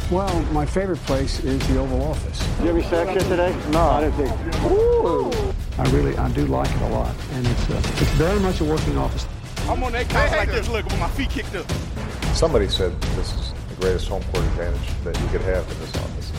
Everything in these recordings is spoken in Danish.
Well, my favorite place is the Oval Office. Did you have any sex yet today? No, I didn't think. Ooh. I do like it a lot, and it's very much a working office. I'm on that couch like this, look, with my feet kicked up. Somebody said this is the greatest home court advantage that you could have in this office.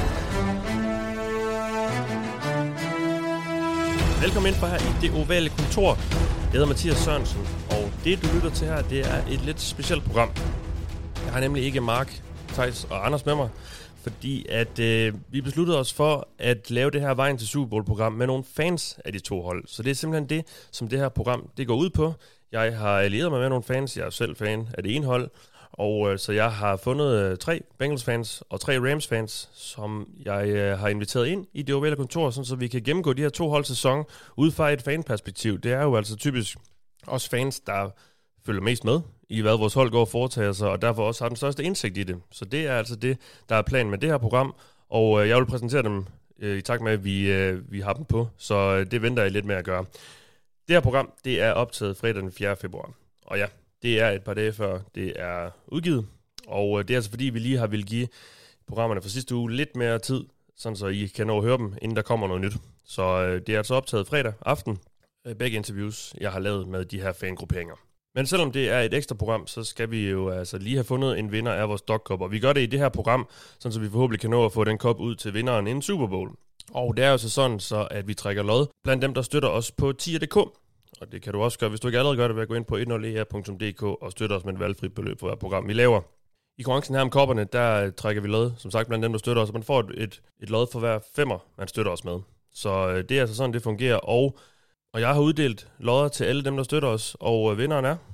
Velkommen ind for her i det ovale kontor. Jeg hedder Mathias Sørensen, og det du lytter til her, det er et lidt specielt program. Jeg har nemlig ikke Mark, Theis og Anders med mig, fordi at vi besluttede os for at lave det her Vejen til Super Bowl-program med nogle fans af de to hold. Så det er simpelthen det, som det her program det går ud på. Jeg har allieret mig med nogle fans, jeg er selv fan af det ene hold, og så jeg har fundet 3 Bengals-fans og 3 Rams-fans, som jeg har inviteret ind i det ovale kontor, så vi kan gennemgå de her to holds sæson ud fra et fanperspektiv. Det er jo altså typisk også fans, der følger mest med i, hvad vores hold går og foretager sig, og derfor også har den største indsigt i det. Så det er altså det, der er planen med det her program, og jeg vil præsentere dem i takt med, at vi har dem på, så det venter jeg lidt med at gøre. Det her program, det er optaget fredag den 4. februar, og ja, det er et par dage før det er udgivet, og det er altså fordi, vi lige har vil give programmerne fra sidste uge lidt mere tid, sådan så I kan nå at høre dem, inden der kommer noget nyt. Så det er altså optaget fredag aften, begge interviews, jeg har lavet med de her fangrupperinger. Men selvom det er et ekstra program, så skal vi jo altså lige have fundet en vinder af vores Dog Cup, og vi gør det i det her program, sådan så vi forhåbentlig kan nå at få den kop ud til vinderen inden Super Bowl. Og det er jo så sådan, så at vi trækker lod blandt dem, der støtter os på tier.dk. Og det kan du også gøre, hvis du ikke allerede gør det, ved at gå ind på 10er.dk og støtte os med et valgfrit beløb for hver program, vi laver. I konkurrencen her om kopperne, der trækker vi lod, som sagt, blandt dem, der støtter os, og man får et lod for hver 5'er, man støtter os med. Så det er altså sådan, det fungerer, og jeg har uddelt lodder til alle dem, der støtter os, og vinderen er...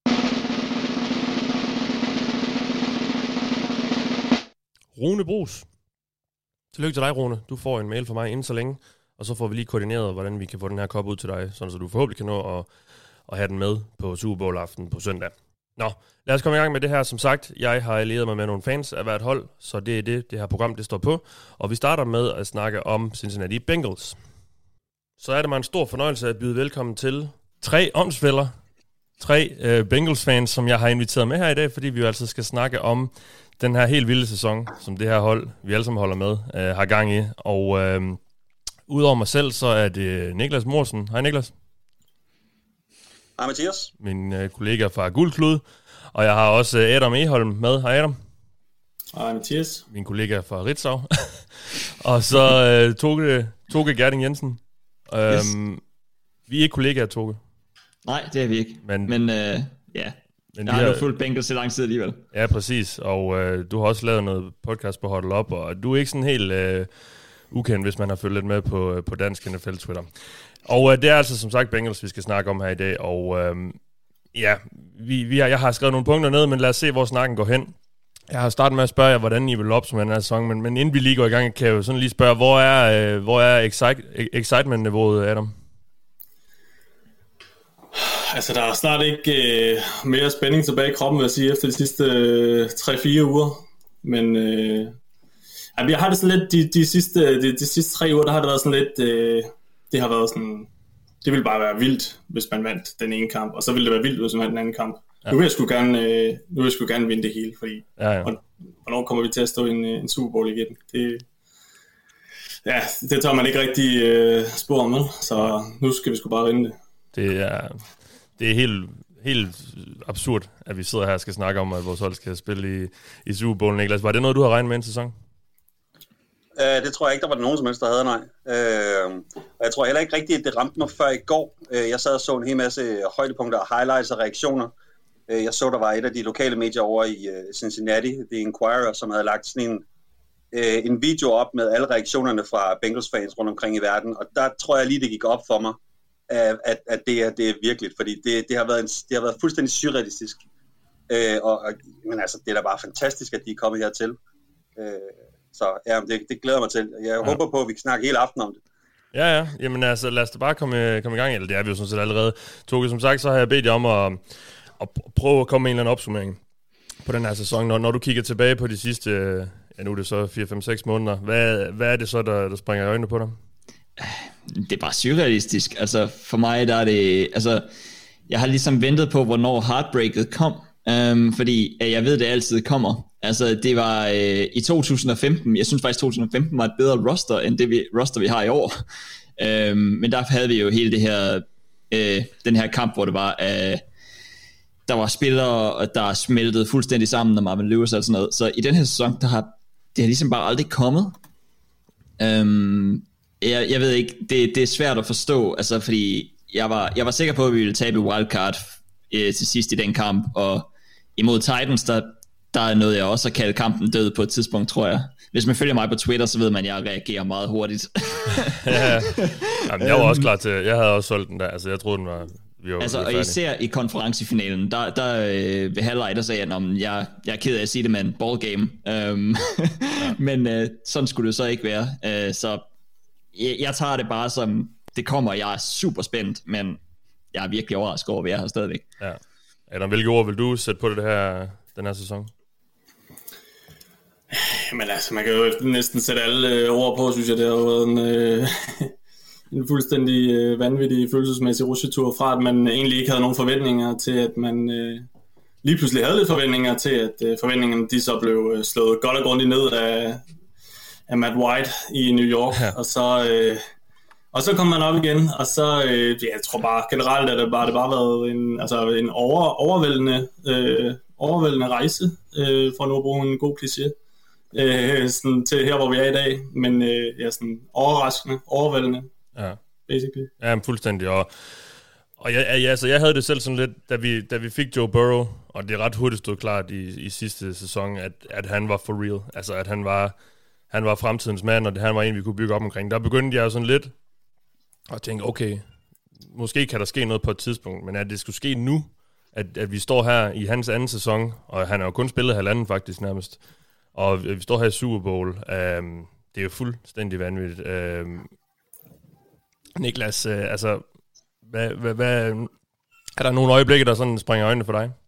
Rune Bruus. Tillykke til dig, Rune. Du får en mail fra mig inden så længe, og så får vi lige koordineret, hvordan vi kan få den her kop ud til dig, sådan så du forhåbentlig kan nå at have den med på Super Bowl-aften på søndag. Nå, lad os komme i gang med det her. Som sagt, jeg har allieret mig med nogle fans af hvert hold, så det er det her program, det står på. Og vi starter med at snakke om Cincinnati Bengals. Så er det mig en stor fornøjelse at byde velkommen til 3 åndsfæller, 3 Bengals-fans, som jeg har inviteret med her i dag, fordi vi jo altså skal snakke om den her helt vilde sæson, som det her hold, vi alle sammen holder med, har gang i. Og udover mig selv, så er det Niklas Morsen. Hej Niklas. Hej Mathias. Min kollega fra Guldklud. Og jeg har også Adam Eholm med. Hej Adam. Hej Mathias. Min kollega fra Ritzau. Og så Toge Gerding Jensen. Yes. Vi er ikke kollegaer, Toge. Nej, det er vi ikke. Men ja, men jeg har jo fulgt Bengals så lang tid alligevel. Ja, præcis. Og du har også lavet noget podcast på Huddle Up, og du er ikke sådan helt ukendt, hvis man har følt lidt med på dansk NFL Twitter. Og det er altså som sagt Bengals, vi skal snakke om her i dag. Og jeg har skrevet nogle punkter ned, men lad os se, hvor snakken går hen. Jeg har startet med at spørge jer, hvordan I vil opsummere den her sæson, men inden vi lige går i gang, kan jeg jo sådan lige spørge, hvor er excitement-niveauet, Adam? Altså, der er snart ikke mere spænding tilbage i kroppen, vil jeg sige, efter de sidste 3-4 uger. Men jeg har det sådan lidt, de sidste 3 uger, der har det været sådan lidt, det har været sådan, det ville bare være vildt, hvis man vandt den ene kamp, og så ville det være vildt, hvis man vandt den anden kamp. Ja. Nu vil jeg sgu gerne vinde det hele, fordi hvornår kommer vi til at stå i en Super Bowl igen? Det tager man ikke rigtig spor om, så nu skal vi sgu bare vinde det. Det er helt absurd, at vi sidder her og skal snakke om, at vores hold skal spille i Super Bowl, Niklas. Var det noget, du har regnet med en sæson? Det tror jeg ikke, der var nogen som helst, der havde, nej. Og jeg tror heller ikke rigtigt, at det ramte mig før i går. Jeg sad og så en hel masse højdepunkter og highlights og reaktioner. Jeg så, der var et af de lokale medier over i Cincinnati, The Inquirer, som havde lagt sådan en video op med alle reaktionerne fra Bengals-fans rundt omkring i verden. Og der tror jeg lige, det gik op for mig, at det er virkeligt, fordi det har været fuldstændig surrealistisk. Men altså, det er da bare fantastisk, at de er kommet hertil. Så ja, det glæder mig til. Jeg håber på, at vi kan snakke hele aften om det. Ja. Jamen altså, lad os da bare komme i gang. Eller det er vi jo sådan set allerede. Toge, som sagt, så har jeg bedt jer om at prøve at komme med en eller anden opsummering på den her sæson. Når du kigger tilbage på de sidste, nu er det så 4-5-6 måneder, hvad er det så, der springer i øjnene på dig? Det er bare surrealistisk. Altså, for mig der er det... Altså, jeg har ligesom ventet på, hvornår heartbreaket kom. Fordi jeg ved, det altid kommer. Altså, det var i 2015, jeg synes faktisk 2015 var et bedre roster, end det roster vi har i år. Men der havde vi jo hele det her, den her kamp, hvor det var, der var spillere, der smeltede fuldstændig sammen, og Marvin Lewis og sådan noget. Så i den her sæson, det har ligesom bare aldrig kommet. Jeg ved ikke, det er svært at forstå, altså fordi jeg var sikker på, at vi ville tabe wildcard til sidst i den kamp, og imod Titans, der nåede jeg også at kalde kampen død på et tidspunkt, tror jeg. Hvis man følger mig på Twitter, så ved man, at jeg reagerer meget hurtigt. Ja. Jamen, jeg var også klar til, jeg havde også solgt den der, altså jeg troede, den var... Altså, og især i konferencefinalen, der ved halvleg, der sagde jeg, jeg er ked af at sige det, men ball game. Men sådan skulle det så ikke være. Så jeg tager det bare som, det kommer, jeg er super spændt, men jeg er virkelig overrasket over, at jeg er her stadigvæk. Ja. Adam, hvilke ord vil du sætte på den her sæson? Men altså, man kan jo næsten sætte alle ord på, synes jeg. Det har jo været en fuldstændig vanvittig følelsesmæssig rusjetur fra, at man egentlig ikke havde nogen forventninger til, at man lige pludselig havde lidt forventninger til, at forventningerne de så blev slået godt og grundigt ned af Matt White i New York, ja. Og så kom man op igen, og så, jeg tror bare generelt, at det bare været en overvældende rejse, for nu at bruge en god kliché, sådan til her, hvor vi er i dag, men sådan overraskende, overvældende. Ja, basically. Ja, fuldstændig. Og jeg havde det selv sådan lidt, da vi fik Joe Burrow, og det er ret hurtigt stod klart i sidste sæson, at han var for real. Altså, at han var fremtidens mand, og han var en, vi kunne bygge op omkring. Der begyndte jeg jo sådan lidt at tænke, okay, måske kan der ske noget på et tidspunkt, men at det skulle ske nu, at vi står her i hans anden sæson, og han har jo kun spillet halvanden faktisk nærmest, og vi står her i Super Bowl. Det er jo fuldstændig vanvittigt. Niklas, altså, hvad er der nogle øjeblikke, der sådan springer øjnene for dig?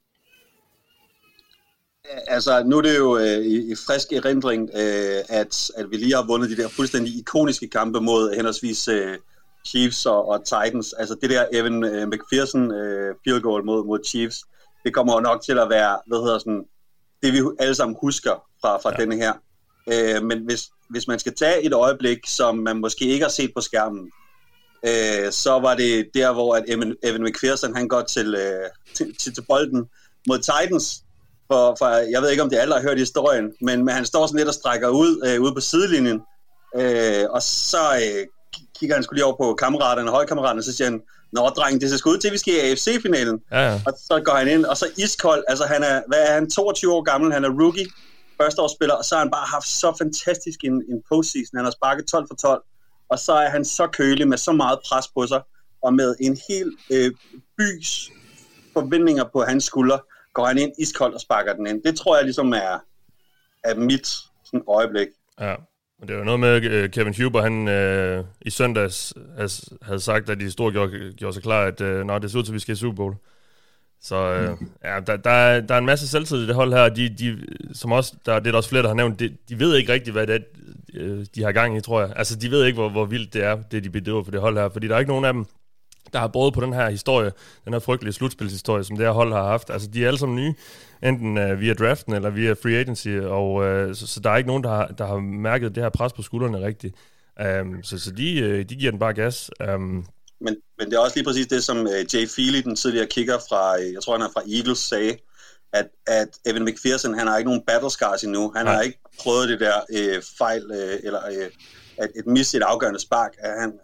Altså, nu er det jo i frisk erindring, at vi lige har vundet de der fuldstændig ikoniske kampe mod henholdsvis Chiefs og Titans. Altså det der Evan McPherson field goal mod Chiefs, det kommer jo nok til at være, det vi alle sammen husker fra denne her. Men hvis man skal tage et øjeblik, som man måske ikke har set på skærmen, så var det der, hvor at Evan McPherson han går til bolden mod Titans. For jeg ved ikke, om det alle har hørt historien, men han står sådan lidt og strækker ude på sidelinjen, og så kigger han sgu lige over på holdkammeraterne, og så siger han, nå dreng, det ser sgu ud til, at vi skal i AFC-finalen. Ja. Og så går han ind, og så iskold, altså hvad er han, 22 år gammel, han er rookie, førsteårsspiller, og så har han bare haft så fantastisk en postseason, han har sparket 12 for 12, og så er han så kølig med så meget pres på sig, og med en hel bys forventninger på hans skulder, går han ind iskold og sparker den ind. Det tror jeg ligesom er mit sådan øjeblik. Ja, og det var noget med Kevin Huber, han i søndags havde sagt, at de store gjorde sig klar, at det ser ud til, at vi skal i Super Bowl. Så ja, der er en masse selvtid i det hold her, de som også, det er der også flere, der har nævnt, de ved ikke rigtigt, hvad det er, de har gang i, tror jeg. Altså, de ved ikke, hvor vildt det er, det de bedriver for det hold her, fordi der er ikke nogen af dem, der har båret på den her historie, den her frygtelige slutspilshistorie, som det her hold har haft. Altså, de er alle sammen nye, enten via draften eller via free agency, og så der er ikke nogen, der har mærket det her pres på skuldrene rigtigt. Så de giver den bare gas. Men det er også lige præcis det, som Jay Feely, den tidligere kicker fra, jeg tror han er fra Eagles, sagde, at Evan McPherson, han har ikke nogen battle scars endnu. Han har ikke prøvet det der fejl, eller et misse et afgørende spark.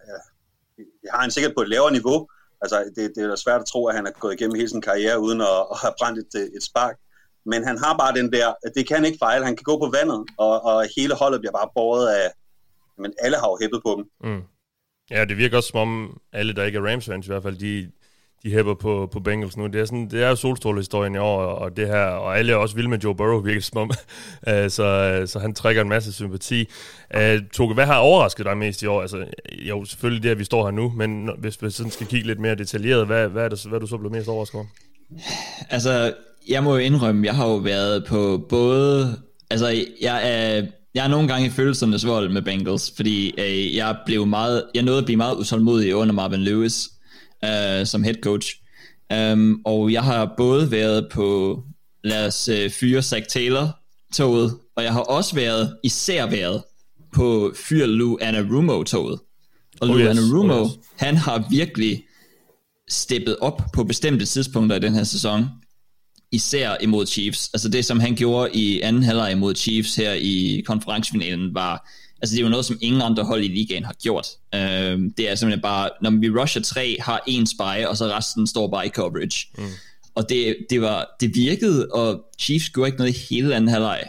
Det har han sikkert på et lavere niveau. Altså, det er da svært at tro, at han har gået igennem hele sin karriere uden at have brændt et spark. Men han har bare den der, det kan han ikke fejle. Han kan gå på vandet, og hele holdet bliver bare båret af, men alle har jo hæppet på dem. Mm. Ja, det virker også som om alle, der ikke er Rams-fans i hvert fald, de hæpper på Bengals nu. Det er jo solstrålehistorien i år, og det her, og alle er også vilde med Joe Burrow, virker som om. Så han trækker en masse sympati. Toge, hvad har overrasket dig mest i år? Altså, jo, selvfølgelig det, at vi står her nu, men hvis vi sådan skal kigge lidt mere detaljeret, hvad er du så blevet mest overrasket over? Altså, jeg må jo indrømme, jeg har jo været på både... Altså, jeg er nogle gange i følelsernes vold med Bengals, fordi jeg nåede at blive meget utålmodig under Marvin Lewis som head coach. Og jeg har både været på, lad os fyre Zach Taylor, toget, og jeg har også især været på fyr Lou Anarumo-toget. Og Lou Anarumo, han har virkelig steppet op på bestemte tidspunkter i den her sæson, især imod Chiefs. Altså det, som han gjorde i anden halvleg imod Chiefs her i konferencefinalen, var, altså det er jo noget, som ingen andre hold i ligaen har gjort. Det er simpelthen bare, når vi rusher 3, har en spy, og så resten står bare i coverage. Og det virkede, og Chiefs gjorde ikke noget i hele anden halvleg.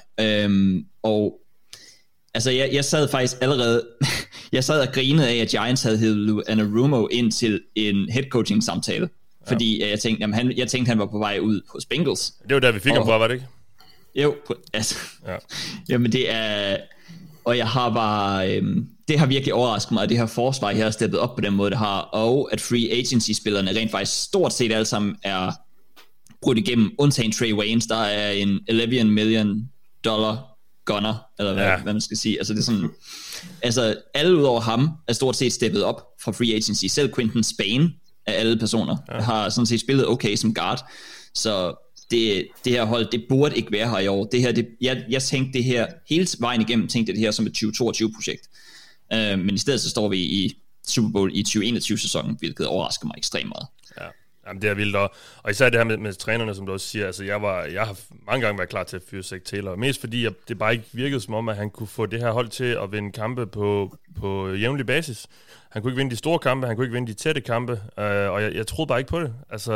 Og altså jeg sad faktisk allerede, jeg sad og grinede af, at Giants havde hævet Lou Anarumo ind til en headcoaching samtale. Fordi jeg tænkte, han var på vej ud hos Bengals. Det var der, vi fik ham fra, var det ikke? Jo, altså. Ja. Jamen det er, og jeg har bare, det har virkelig overrasket mig, at det her forsvar her har steppet op på den måde, det har, og at free agency-spillerne rent faktisk stort set alle sammen er brudt igennem, undtagen Trey Waynes, der er en $11 million gunner, eller hvad man skal sige. Altså det er sådan, altså alle udover ham er stort set steppet op fra free agency. Selv Quinton Spain af alle personer har sådan set spillet okay som guard. Så det her hold, det burde ikke være her i år. Det her, jeg tænkte det her hele vejen igennem, tænkte det her som et 2022-projekt. Men i stedet så står vi i Super Bowl i 2021-sæsonen, hvilket overrasker mig ekstremt meget. Ja. Jamen, det er vildt, og især det her med trænerne, som du også siger, altså jeg har mange gange været klar til at fyre Zach Taylor, mest fordi det bare ikke virkede som om, at han kunne få det her hold til at vinde kampe på jævnlig basis. Han kunne ikke vinde de store kampe, han kunne ikke vinde de tætte kampe, og jeg troede bare ikke på det. Altså,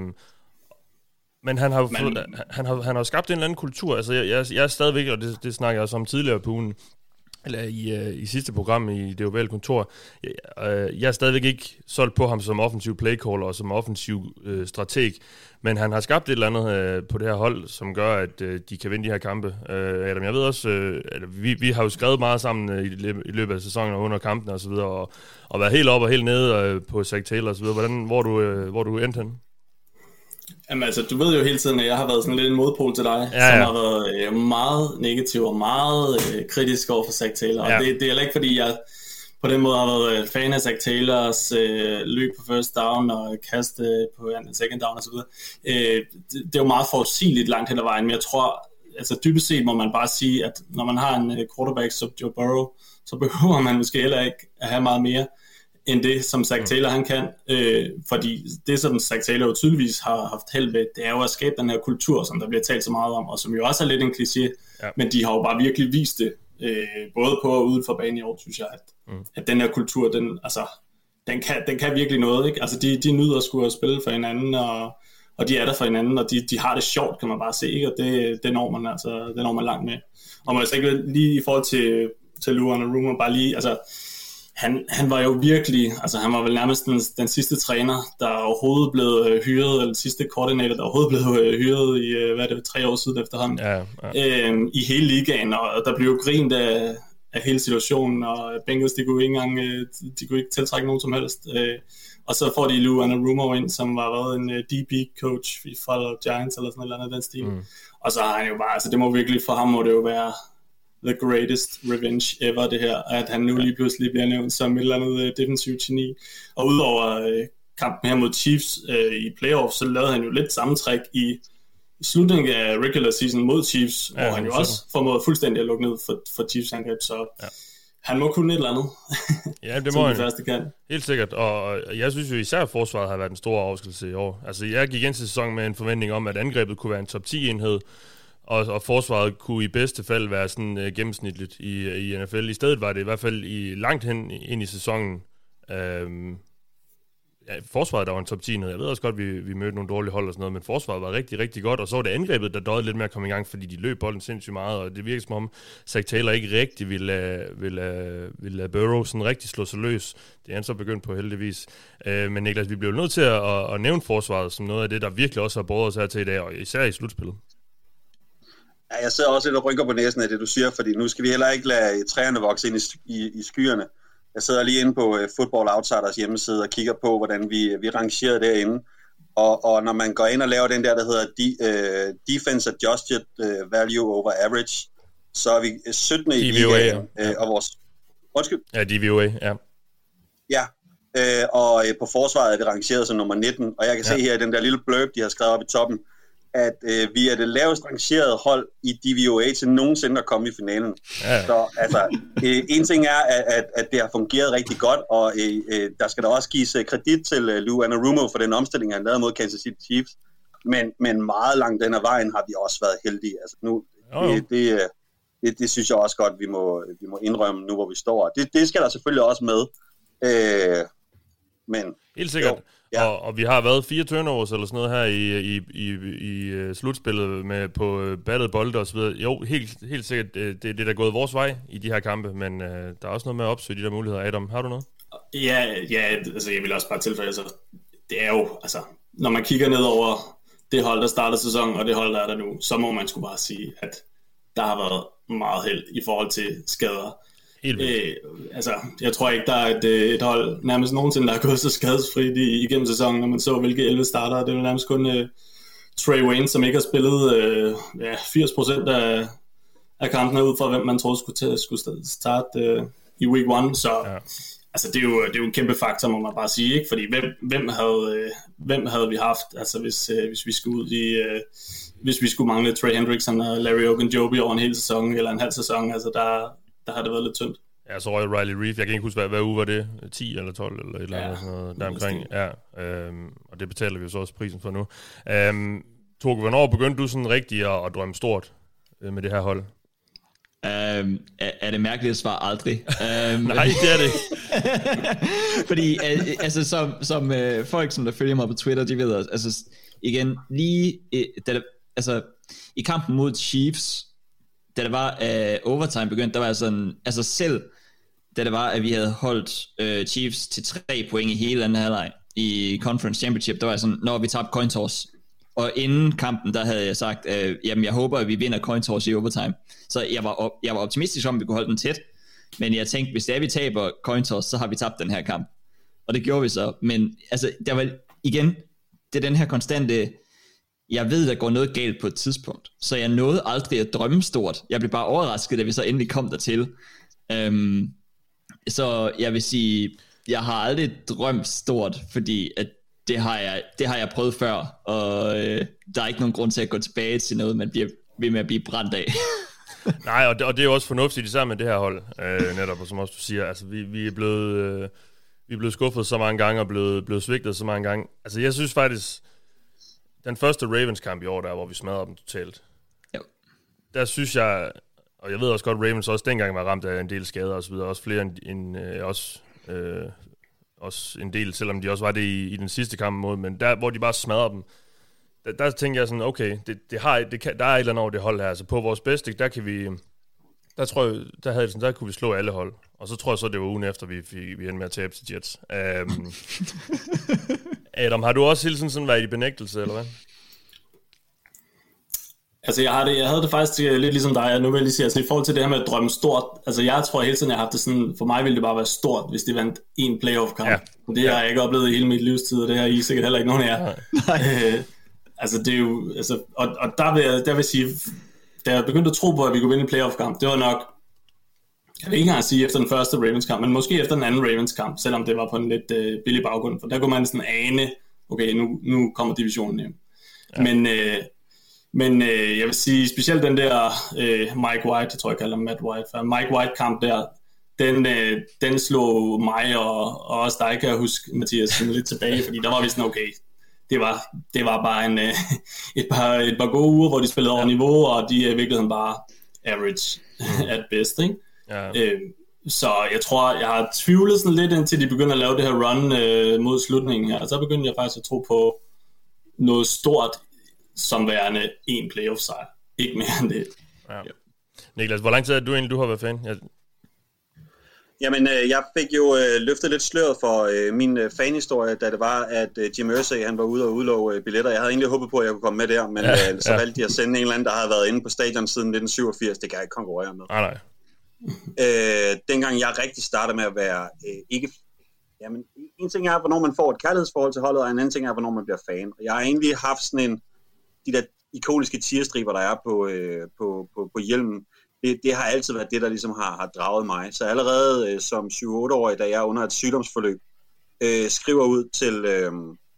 men han har jo skabt en eller anden kultur. Altså jeg er stadigvæk, og det snakker jeg også om tidligere på ugen, eller i sidste program i det ovale kontor, jeg er stadigvæk ikke solgt på ham som offensiv playcaller og som offensiv strateg, men han har skabt et eller andet på det her hold, som gør, at de kan vinde de her kampe. Adam, jeg ved også, vi har jo skrevet meget sammen i løbet af sæsonen og under kampen og så videre, og været helt op og helt nede på Zach Taylor og så videre. Hvor du endte hen? Jamen altså, du ved jo hele tiden, at jeg har været sådan lidt en modpol til dig, som har været meget negativ og meget kritisk over for Zach Taylor. Ja. Og det er heller ikke, fordi jeg på den måde har været fan af Zach Taylors løb på first down og kast på second down og så videre. Det er jo meget forudsigeligt langt hen ad vejen, men jeg tror, altså dybest set må man bare sige, at når man har en quarterback som Joe Burrow, så behøver man måske heller ikke at have meget mere end det, som Zach Taylor han kan, fordi det, som Zach Taylor jo tydeligvis har haft held ved, det er jo at skabe den her kultur, som der bliver talt så meget om, og som jo også er lidt en kliché, men de har jo bare virkelig vist det, både på og uden for banen i år, synes jeg, at den her kultur, den kan virkelig noget, ikke? Altså de nyder at skulle spille for hinanden, og de er der for hinanden, og de har det sjovt, kan man bare se, ikke? Og det når man langt med. Og man ikke lige i forhold til Lou Anarumo, bare lige, altså han var jo virkelig, altså han var vel nærmest den sidste træner, der overhovedet blev hyret, eller den sidste koordinator, der overhovedet blev hyret i, 3 år siden efterhånden, i hele ligaen, og der blev jo grint af hele situationen, og Bengals, de kunne ikke tiltrække nogen som helst, og så får de Lou Anarumo ind, som var en DB-coach i Fall Giants, eller sådan noget den stil, og så har han jo bare, altså det må virkelig, for ham må det jo være the greatest revenge ever, det her, at han nu lige pludselig bliver nævnt som et eller andet defensivt geni. Og udover kampen her mod Chiefs i playoffs, så lavede han jo lidt sammentræk i slutningen af regular season mod Chiefs, hvor han jo også formåede fuldstændig at lukke ned for Chiefs angreb, så han må kunne et eller andet. Ja, det må han. Første kan. Helt sikkert, og jeg synes jo især, at forsvaret har været en stor overraskelse i år. Altså jeg gik ind til sæsonen med en forventning om, at angrebet kunne være en top 10 enhed, og forsvaret kunne i bedste fald være sådan gennemsnitligt i NFL. I stedet var det i hvert fald langt hen ind i sæsonen. Forsvaret, der var en top 10. Jeg ved også godt, vi mødte nogle dårlige hold og sådan noget, men forsvaret var rigtig, rigtig godt, og så var det angrebet, der døjede lidt med at komme i gang, fordi de løb bolden sindssygt meget, og det virker som om Zach Taylor ikke rigtig ville lade Burrow sådan rigtig slå sig løs. Det er han så begyndt på heldigvis. Men Niklas, vi blev nødt til at nævne forsvaret som noget af det, der virkelig også har båret os her til i dag, og især i slutspillet. Ja, jeg sidder også lidt og rynker på næsen af det, du siger, fordi nu skal vi heller ikke lade træerne vokse ind i skyerne. Jeg sidder lige inde på Football Outsiders hjemmeside og kigger på, hvordan vi rangerer derinde. Og når man går ind og laver den der hedder Defense Adjusted Value Over Average, så er vi 17. i ligaen. Og vores... Undskyld? Ja, DVOA, ja. Ja, og på forsvaret er vi rangeret som nummer 19. Og jeg kan se her i den der lille blurb, de har skrevet op i toppen, at vi er det lavest rangerede hold i DVOA til nogensinde at komme i finalen. Ja. Så altså, en ting er, at det har fungeret rigtig godt, og der skal der også gives kredit til Lou Anarumo for den omstilling, han lavede mod Kansas City Chiefs. Men meget langt den ad vejen har vi også været heldige. Altså nu, det synes jeg også godt, vi må indrømme nu, hvor vi står. Det skal der selvfølgelig også med. Men helt sikkert. Ja. Og vi har været 4 turnovers eller sådan noget her i slutspillet med på battet bolde og så videre. Jo, helt sikkert, det er da gået vores vej i de her kampe, men der er også noget med at opsøge de der muligheder. Adam, har du noget? Ja, altså jeg vil også bare tilføje, altså det er jo, altså når man kigger ned over det hold, der starter sæsonen, og det hold, der er der nu, så må man sgu bare sige, at der har været meget held i forhold til skader. Altså, jeg tror ikke, der er et hold nærmest nogensinde, der er gået så skadesfrit igennem sæsonen, når man så, hvilke 11 starter. Det er nærmest kun Trey Wayne, som ikke har spillet 80% af kampene ud fra, hvem man troede skulle starte i week 1. Så altså, det er jo en kæmpe faktor, må man bare sige, ikke? Fordi hvem havde vi haft, altså hvis vi skulle ud i... hvis vi skulle mangle Trey Hendrickson og Larry Ogunjobi over en hel sæson, eller en halv sæson, altså der har det været lidt tyndt. Ja, så røg Riley Reef. Jeg kan ikke huske, hvad uge var det? 10 eller 12 eller et eller andet sådan noget deromkring. Ja, og det betaler vi jo så også prisen for nu. Torge, hvornår begyndte du sådan rigtig at drømme stort med det her hold? Er det mærkeligt at svare aldrig? Nej, det er det ikke. Fordi altså, som folk, som der følger mig på Twitter, de ved, altså igen, lige i kampen mod Chiefs, da det var overtime begyndte, der var sådan, altså selv da det var, at vi havde holdt Chiefs til 3 point i hele anden halvleg i Conference Championship, der var sådan, når vi tabte coin toss. Og inden kampen, der havde jeg sagt, jamen jeg håber, at vi vinder coin toss i overtime. Så jeg var optimistisk om, at vi kunne holde den tæt. Men jeg tænkte, hvis det er, vi taber coin toss, så har vi tabt den her kamp. Og det gjorde vi så. Men altså, der var igen, det er den her konstante, jeg ved, der går noget galt på et tidspunkt. Så jeg nåede aldrig at drømme stort. Jeg blev bare overrasket, da vi så endelig kom dertil. Så jeg vil sige, jeg har aldrig drømt stort, fordi at det har jeg prøvet før, og der er ikke nogen grund til at gå tilbage til noget, man bliver ved med at blive brændt af. Nej, og det er jo også fornuftigt, især med det her hold, netop, og som også du siger, altså vi er blevet skuffet så mange gange, og blevet svigtet så mange gange. Altså jeg synes faktisk, den første Ravens-kamp i år, der hvor vi smadrede dem totalt, jo. Der synes jeg, og jeg ved også godt, Ravens også dengang var ramt af en del skader og så videre, også flere end også en del, selvom de også var det i den sidste kamp mod, men der, hvor de bare smadrer dem, der tænker jeg sådan, okay, der er et eller andet over det hold her, altså på vores bedste, der kan vi, der tror jeg, der kunne vi slå alle hold, og så tror jeg så, det var ugen efter, vi endte med at tabe til Jets. Adam, har du også hele tiden sådan været i benægtelse, eller hvad? Altså jeg havde det faktisk lidt ligesom dig, nu vil jeg lige sige, altså i forhold til det her med at drømme stort, altså jeg tror hele tiden, jeg har haft det sådan, for mig ville det bare være stort, hvis det vandt en playoff-kamp. Ja. Og det har jeg ikke oplevet i hele mit livstid, og det har I sikkert heller ikke nogen af jer. Altså det er jo, altså, og der vil jeg sige, da jeg begyndte at tro på, at vi kunne vinde en playoff-kamp, det var nok, jeg vil ikke engang sige efter den første Ravens-kamp, men måske efter den anden Ravens-kamp, selvom det var på en lidt billig baggrund, for der kunne man sådan ane, okay, nu kommer divisionen hjem. Ja. Men jeg vil sige, specielt den der Mike White, jeg tror jeg kalder ham Matt White, for Mike White-kamp der, den slog mig og også dig, kan jeg huske, Mathias, lidt tilbage, fordi der var vi sådan, okay, det var bare et par gode uger, hvor de spillede over niveau, og de er i virkeligheden bare average at best, ikke? Ja. Så jeg tror, jeg har tvivlet sådan lidt, indtil de begynder at lave det her run mod slutningen her, og så begyndte jeg faktisk at tro på noget stort, som værende en playoff-sejr. Ikke mere end det. Ja. Niklas, hvor lang tid er du har været fan? Jamen, jeg fik jo løftet lidt sløret for min fanhistorie, da det var, at Jim Irsay, han var ude og udlove billetter. Jeg havde egentlig håbet på, at jeg kunne komme med der, men så valgte de at sende en eller anden, der havde været inde på stadion siden 1987. Det kan jeg ikke konkurrere med. Nej. Dengang jeg rigtig startede med at være ikke... Jamen, en ting er, hvornår man får et kærlighedsforhold til holdet, og en anden ting er, hvornår man bliver fan. Og jeg har egentlig haft sådan de der ikoniske tierstriber, der er på hjelmen. Det har altid været det, der ligesom har draget mig. Så allerede som 7-8-årig, da jeg er under et sygdomsforløb, skriver ud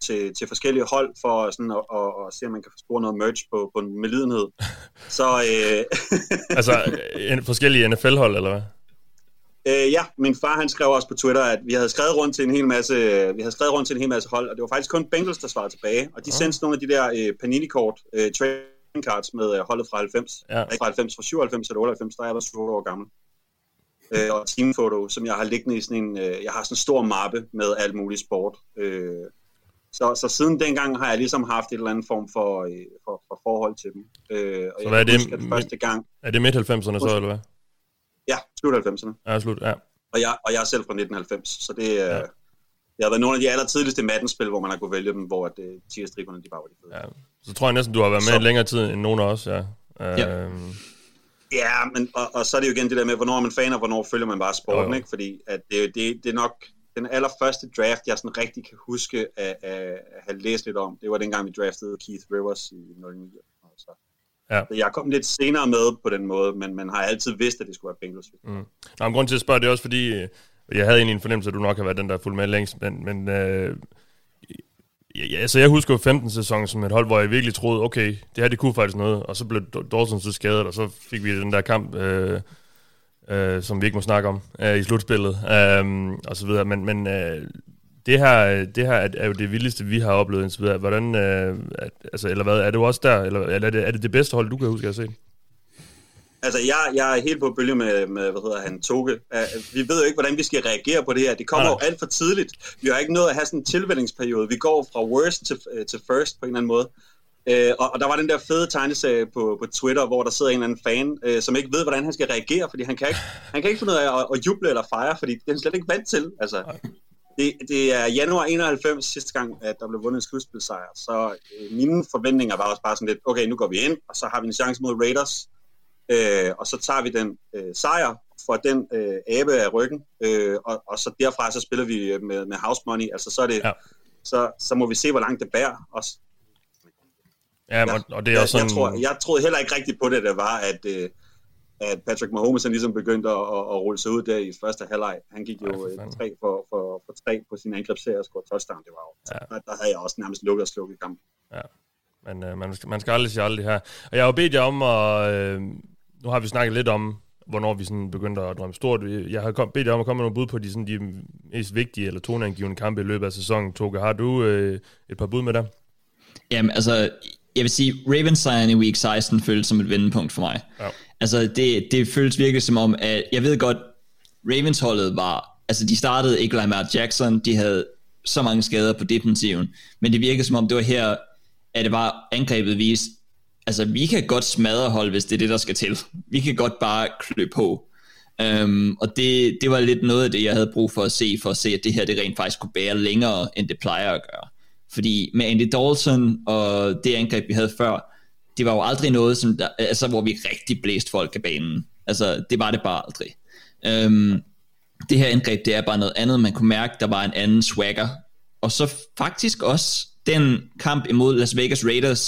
til forskellige hold for sådan at se, om man kan få spore noget merch på en medlidenhed. Så, altså forskellige NFL-hold, eller hvad? Ja, min far han skrev også på Twitter, at vi havde skrevet rundt til en hel masse hold, og det var faktisk kun Bengals, der svarede tilbage. Og de sendte nogle af de der Panini-kort, trading cards med holdet fra 90. Ja. Ikke fra 90, fra 97 eller 98, der er jeg 7 år gammel. Og teamfoto, som jeg har liggende i sådan en, jeg har sådan en stor mappe med alt muligt sport. Så siden dengang har jeg ligesom haft et eller andet form for forhold til dem. Og så hvad er det? Første gang, er det midt-90'erne så, eller hvad? Ja, slut 90'erne. Ja, slut, ja. Og jeg er selv fra 1990, så det har været nogle af de allertidligste Madden-spil, hvor man har kunnet vælge dem, hvor tigerstriberne de bare var de fede. Ja, så tror jeg næsten, du har været med længere tid end nogen af os, ja. Ja, men og så er det jo igen det der med, hvornår er man fan, og hvornår følger man bare sporten, ikke? Fordi at det er nok den allerførste draft, jeg sådan rigtig kan huske at have læst lidt om. Det var dengang, vi draftede Keith Rivers i 09. Så jeg kom lidt senere med på den måde, men man har altid vidst, at det skulle være Bengals. Nå, grund til at spørge, det er også fordi, jeg havde egentlig en fornemmelse, at du nok har været den, der fulgt med længst, men så jeg husker jo 15-sæsonen som et hold, hvor jeg virkelig troede, okay, det her det kunne faktisk noget, og så blev Dawson så skadet, og så fik vi den der kamp, som vi ikke må snakke om i slutspillet, og så videre, men det her er jo det vildeste, vi har oplevet indtil videre. Hvordan, eller hvad, er det også der, eller er det bedste hold, du kan huske at se? Altså, jeg er helt på bølge med Toge. Vi ved jo ikke, hvordan vi skal reagere på det her. Det kommer jo alt for tidligt. Vi har ikke nået at have sådan en tilvældingsperiode. Vi går fra worst til first på en eller anden måde. Og der var den der fede tegneserie på Twitter, hvor der sidder en eller anden fan, som ikke ved, hvordan han skal reagere, fordi han kan ikke finde ud af at juble eller fejre, fordi det er han slet ikke vant til. Altså, det er januar 91 sidste gang, at der blev vundet en slutspilsejr. Så mine forventninger var også bare sådan lidt, okay, nu går vi ind, og så har vi en chance mod Raiders. Og så tager vi den sejr for den abe af ryggen, og så derfra så spiller vi med house money, altså så er det så må vi se, hvor langt det bærer også. Og det er også sådan... jeg troede heller ikke rigtigt på det, der var, at Patrick Mahomes han ligesom begyndte at rulle sig ud der i første halvleg. Han gik jo 3 for 3 på sin angrebsserie og scorede touchdown. Det var jo, der havde jeg også nærmest lukket og slukket i kampen. Ja. Men man skal aldrig sige aldrig her. Og jeg har jo bedt jer om at... nu har vi snakket lidt om, hvornår vi sådan begyndte at drømme stort. Jeg har bedt jer om at komme med nogle bud på de mest vigtige eller toneangivende kampe i løbet af sæsonen. Toge, har du et par bud med dig? Jamen, altså, jeg vil sige, Ravens-sejren i week 16 føles som et vendepunkt for mig. Ja. Altså, det føles virkelig som om, at jeg ved godt, Ravens-holdet var... Altså, de startede ikke Lamar Jackson, de havde så mange skader på defensiven, men det virkede som om, det var her, at det var angrebet vist, altså vi kan godt smadre hold, hvis det er det, der skal til. Vi kan godt bare klø på. Og det var lidt noget af det, jeg havde brug for at se, at det her det rent faktisk kunne bære længere, end det plejer at gøre. Fordi med Andy Dalton og det angreb, vi havde før, det var jo aldrig noget, som der, altså, hvor vi rigtig blæste folk af banen. Altså, det var det bare aldrig. Det her angreb, det er bare noget andet. Man kunne mærke, der var en anden swagger. Og så faktisk også den kamp imod Las Vegas Raiders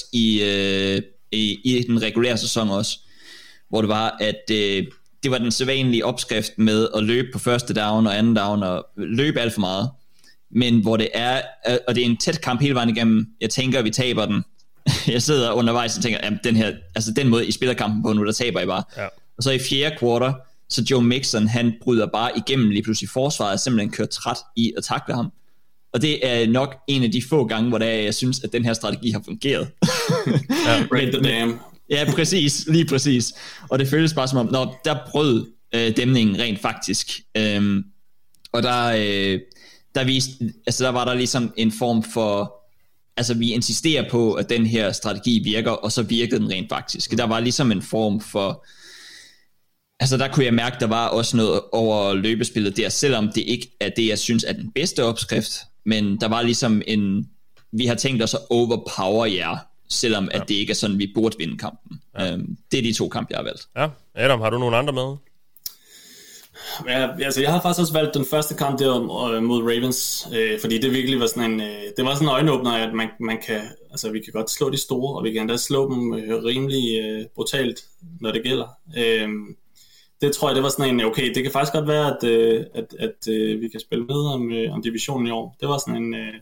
i den regulære sæson også, hvor det var, at det var den sædvanlige opskrift med at løbe på første down og anden down og løbe alt for meget. Men hvor det er, og det er en tæt kamp hele vejen igennem, jeg tænker, at vi taber den. Jeg sidder undervejs og tænker, at den her, altså den måde I spiller kampen på nu, der taber I bare. Ja. Og så i fjerde kvartal, så Joe Mixon, han bryder bare igennem lige pludselig forsvaret, simpelthen kører træt i at takle ham. Og det er nok en af de få gange, hvor jeg synes, at den her strategi har fungeret. Break the dam. Ja, præcis, lige præcis. Og det føles bare som om, der brød dæmningen rent faktisk. Og der var der ligesom en form for, altså vi insisterer på, at den her strategi virker, og så virkede den rent faktisk. Der var ligesom en form for, altså der kunne jeg mærke, der var også noget over løbespillet der, selvom det ikke er det, jeg synes er den bedste opskrift, men der var ligesom vi har tænkt os at overpower jer, selvom at det ikke er sådan, vi burde vinde kampen. Det er de 2 kampe, jeg har valgt. Ja, Adam, har du nogen andre med? Ja, altså jeg har faktisk også valgt den første kamp der mod Ravens, fordi det virkelig var sådan det var sådan en øjenåbner, at man kan, altså vi kan godt slå de store, og vi kan endda slå dem rimelig brutalt, når det gælder. Det tror jeg, det var sådan en, okay, det kan faktisk godt være, at vi kan spille med om divisionen i år. Det var sådan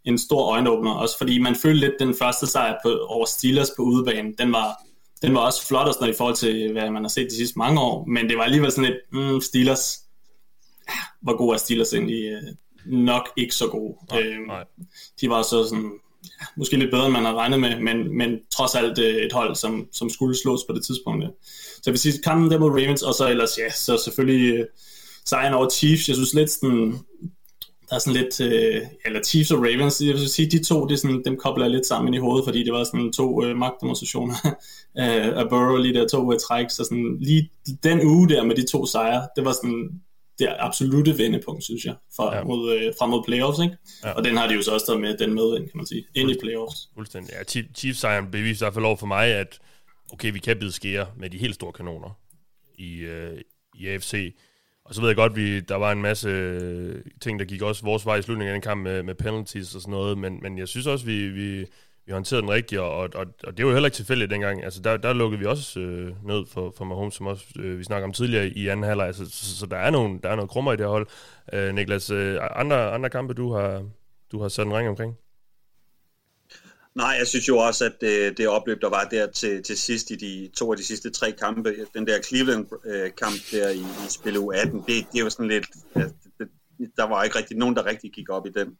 en stor øjenåbner, også fordi man følte lidt den første sejr over Steelers på udebane, den var også flot også, når i forhold til, hvad man har set de sidste mange år, men det var alligevel sådan lidt, Steelers, hvor gode er Steelers egentlig? Nok ikke så gode. Nej. De var så sådan, måske lidt bedre, end man havde regnet med, men trods alt et hold, som skulle slås på det tidspunkt. Ja. Så jeg vil sige, kampen der mod Ravens, og så ellers, ja, så selvfølgelig sejren over Chiefs. Jeg synes lidt sådan, der er sådan lidt, eller Chiefs og Ravens, jeg vil sige, de to, det er sådan, dem kobler jeg lidt sammen i hovedet, fordi det var sådan 2 magtdemonstrationer af Burrow, lige der 2 træk, så sådan lige den uge der med de 2 sejre, det var sådan det absolutte vendepunkt, synes jeg, frem mod playoffs, ikke? Ja. Og den har de jo så også taget med, den med ind, kan man sige, ind i playoffs. Fuldstændig. Ja, Chiefs-sejren beviser i hvert fald over for mig, at okay, vi kan bide skære med de helt store kanoner i AFC. Og så ved jeg godt, der var en masse ting, der gik også vores vej i slutningen af den kamp med penalties og sådan noget, men jeg synes også, vi håndterede den rigtigt, og det var jo heller ikke tilfældigt dengang. Altså, der lukkede vi også ned for Mahomes, som også vi snakkede om tidligere i anden halvleg. Altså, så der er nogle krummer i det her hold. Niklas, andre kampe, du har sat en ring omkring? Nej, jeg synes jo også, at det opløb, der var der til sidst i de 2 af de sidste 3 kampe, den der Cleveland-kamp der i spil uge 18, det var sådan lidt, der var ikke rigtig nogen, der rigtig gik op i den.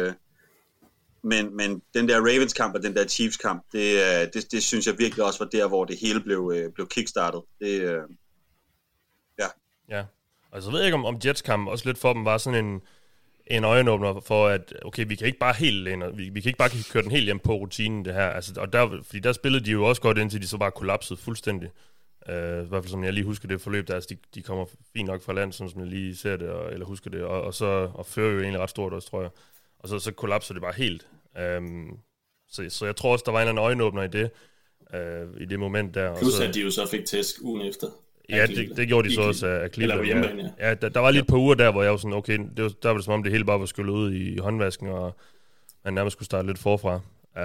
Men den der Ravens-kamp og den der Chiefs-kamp, det synes jeg virkelig også var der, hvor det hele blev kickstartet. Ja, og så ved jeg ikke, om Jets-kamp også lidt for dem var sådan en øjenåbner for, at okay, vi kan ikke bare vi kan ikke bare køre den helt hjem på rutinen, det her. Altså, og fordi der spillede de jo også godt, indtil de så bare kollapsede fuldstændig. I hvert fald som jeg lige husker det forløb, der altså, de kommer fint nok fra land, sådan som jeg lige ser det, eller husker det, og fører jo egentlig ret stort også, tror jeg. Og så kollapser det bare helt. Så jeg tror også, der var en eller anden øjenåbner i det moment der. Plus at de jo så fik tæsk ugen efter. Ja, det gjorde de så også af Cleveland. Ja, der var lige et par uger der, hvor jeg var sådan, okay, der var det som om det hele bare var skyllet ud i håndvasken, og man nærmest skulle starte lidt forfra.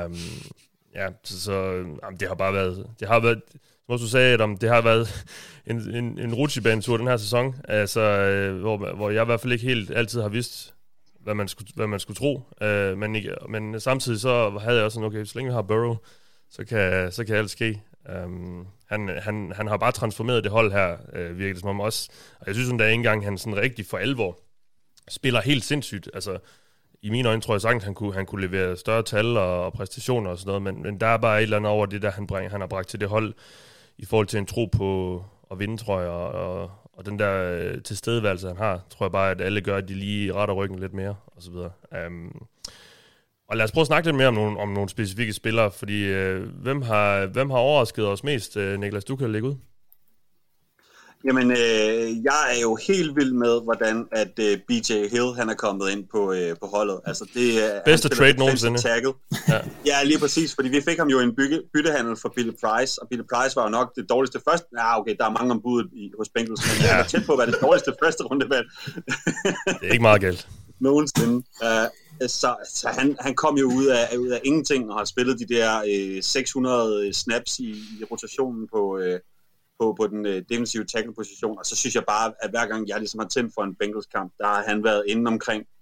Det har bare været, som du sagde, Adam, det har været en rutsjebanetur den her sæson, altså, hvor jeg i hvert fald ikke helt altid har vidst, hvad man skulle tro, men samtidig så havde jeg også sådan, okay, så længe vi har Burrow, så kan alt ske. Han har bare transformeret det hold her, virker det som om også. Og jeg synes, at der ikke engang han sådan rigtig for alvor spiller helt sindssygt. Altså, i mine øjne tror jeg sagtens, han kunne levere større tal og præstationer og sådan noget, men der er bare et eller andet over det, der han har bragt til det hold, i forhold til en tro på at vinde, tror jeg, og den der tilstedeværelse, han har, tror jeg bare, at alle gør, at de lige retter ryggen lidt mere, og så videre. Og lad os prøve at snakke lidt mere om nogle specifikke spillere, fordi hvem har overrasket os mest? Niklas, du kan lægge ud. Jamen, jeg er jo helt vild med, hvordan at BJ Hill, han er kommet ind på holdet. Altså, det er bedste trade nogensinde. Ja, lige præcis, fordi vi fik ham jo en byttehandel for Billy Price, og Billy Price var jo nok det dårligste første. Okay, der er mange ombud hos Bengals, men jeg var tæt på at være det dårligste første rundevalg. Det er ikke meget galt. Nogensinde. Så han kom jo ud af ingenting og har spillet de der 600 snaps i rotationen på den defensive tackle-position, og så synes jeg bare, at hver gang jeg ligesom har tændt for en Bengals-kamp, der har han været inde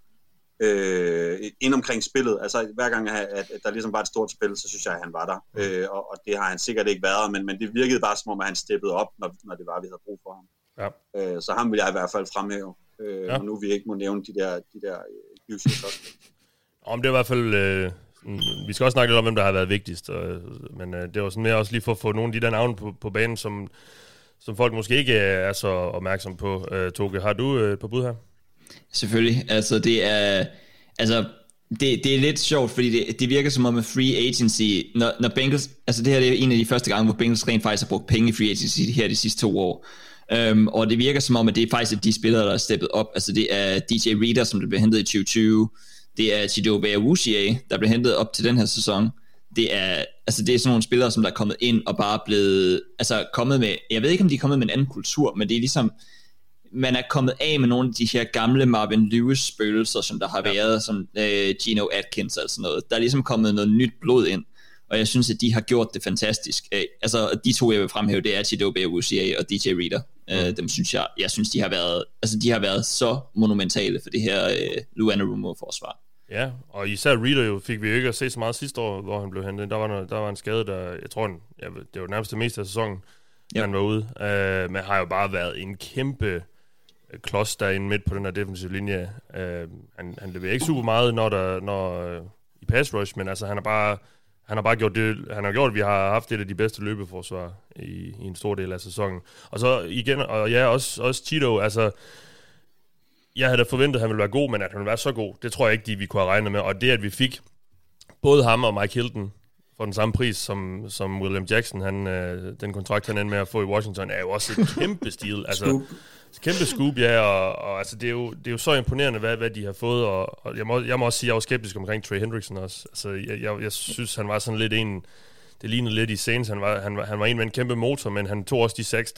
omkring spillet. Altså hver gang, at der ligesom var et stort spil, så synes jeg, at han var der. Og det har han sikkert ikke været, men det virkede bare som om, at han steppede op, når det var, vi havde brug for ham. Ja. Så ham vil jeg i hvert fald fremhæve. Og nu vi ikke må nævne de der users også. Om det er i hvert fald... vi skal også snakke lidt om, hvem der har været vigtigst, men det var sådan mere også lige for at få nogle af de der navne på banen, som folk måske ikke er så opmærksom på. Toge, har du et par bud her? Selvfølgelig. Altså, det er lidt sjovt, fordi det virker som om, at free agency, når Bengals, altså det her det er en af de første gange, hvor Bengals rent faktisk har brugt penge i free agency her de sidste 2 år. Og det virker som om, at det er faktisk de spillere, der er steppet op. Altså det er DJ Reader, som blev hentet i 2020. Det er Chidobe Awuzie, der blev hentet op til den her sæson. Det er sådan nogle spillere, som der er kommet ind og bare blevet, kommet med, jeg ved ikke, om de er kommet med en anden kultur, men det er ligesom, man er kommet af med nogle af de her gamle Marvin Lewis-spøgelser, som der har været, som Geno Atkins og sådan noget. Der er ligesom kommet noget nyt blod ind, og jeg synes, at de har gjort det fantastisk. De 2, jeg vil fremhæve, det er Chidobe Awuzie og DJ Reader. Dem synes jeg synes, de har været så monumentale for det her Lou Anarumo-forsvar. Ja, og især Reader jo fik vi jo ikke at se så meget sidste år, hvor han blev hentet. Der var en skade, jeg tror, det var nærmest det meste af sæsonen, han var ude. Men har jo bare været en kæmpe klods derinde midt på den her defensive linje. Han leverer ikke super meget, når i pass rush, men altså han har bare gjort det. Han har gjort, at vi har haft et af de bedste løbeforsvar i en stor del af sæsonen. Og så igen, og ja, også Cheeto, altså jeg havde da forventet, at han ville være god, men at han ville være så god, det tror jeg ikke, vi kunne have regnet med. Og det, at vi fik både ham og Mike Hilton for den samme pris som William Jackson, den kontrakt, han endte med at få i Washington, er jo også et kæmpe stil. Altså, kæmpe scoop, ja, og altså, det er jo så imponerende, hvad de har fået, og jeg må også sige, at jeg var skeptisk omkring Trey Hendrickson også. Altså, jeg synes, han var sådan lidt det lignede lidt i Saints, han var en med en kæmpe motor, men han tog også de 6,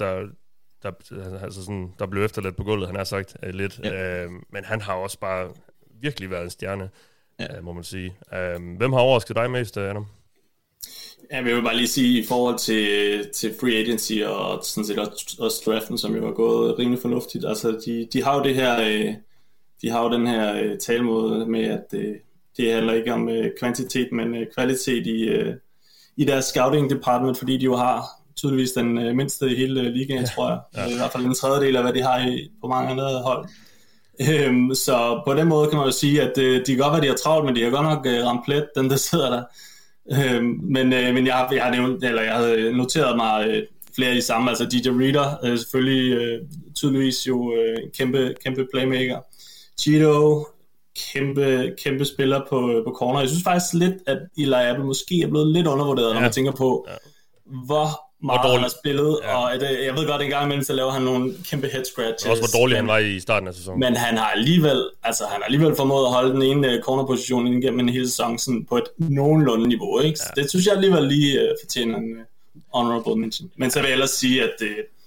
der blev efterladt på gulvet, han har sagt lidt. Ja. Men han har også bare virkelig været en stjerne, må man sige. Hvem har overrasket dig mest, Adam? Jeg vil bare lige sige, i forhold til free agency og sådan set også draften, som jo har gået rimelig fornuftigt. Altså, de har jo det her, de har jo den her talemåde med, at det handler ikke om kvantitet, men kvalitet i deres scouting department, fordi de jo har tydeligvis den mindste i hele ligaen, tror jeg. Ja. I hvert fald en tredjedel af, hvad de har på mange andre hold. Så på den måde kan man jo sige, at de kan godt være, de har travlt, men de har godt nok ramt plet, den der sidder der. Men jeg havde noteret mig flere af de samme, altså DJ Reader, selvfølgelig tydeligvis jo kæmpe playmaker. Cheeto, kæmpe spiller på corner. Jeg synes faktisk lidt, at Eli Apple måske er blevet lidt undervurderet, når man tænker på, hvor meget han har spillet, og jeg ved godt, en gang imellem, så laver han nogle kæmpe head scratches. Også hvor dårlig han var i starten af sæsonen. Men han har alligevel formået at holde den ene cornerposition igennem en hel sæson sådan på et nogenlunde niveau, ikke? Ja. Det synes jeg alligevel lige fortjener en honorable mention. Men så vil jeg ellers sige, at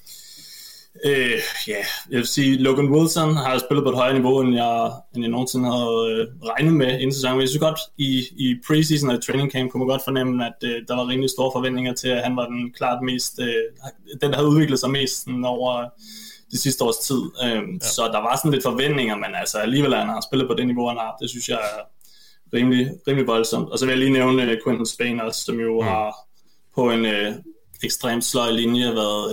jeg vil sige, Logan Wilson har spillet på et højere niveau, end jeg nogensinde havde regnet med inden sæsonen. Jeg synes godt, i preseason og training camp kunne man godt fornemme, at der var rimelig store forventninger til, at han var den klart mest, den der havde udviklet sig mest over de sidste års tid. Så der var sådan lidt forventninger, men altså alligevel, han har spillet på det niveau, han har. Det synes jeg er rimelig voldsomt. Og så vil jeg lige nævne Quentin Spain også, som jo har på en ekstremt sløj linje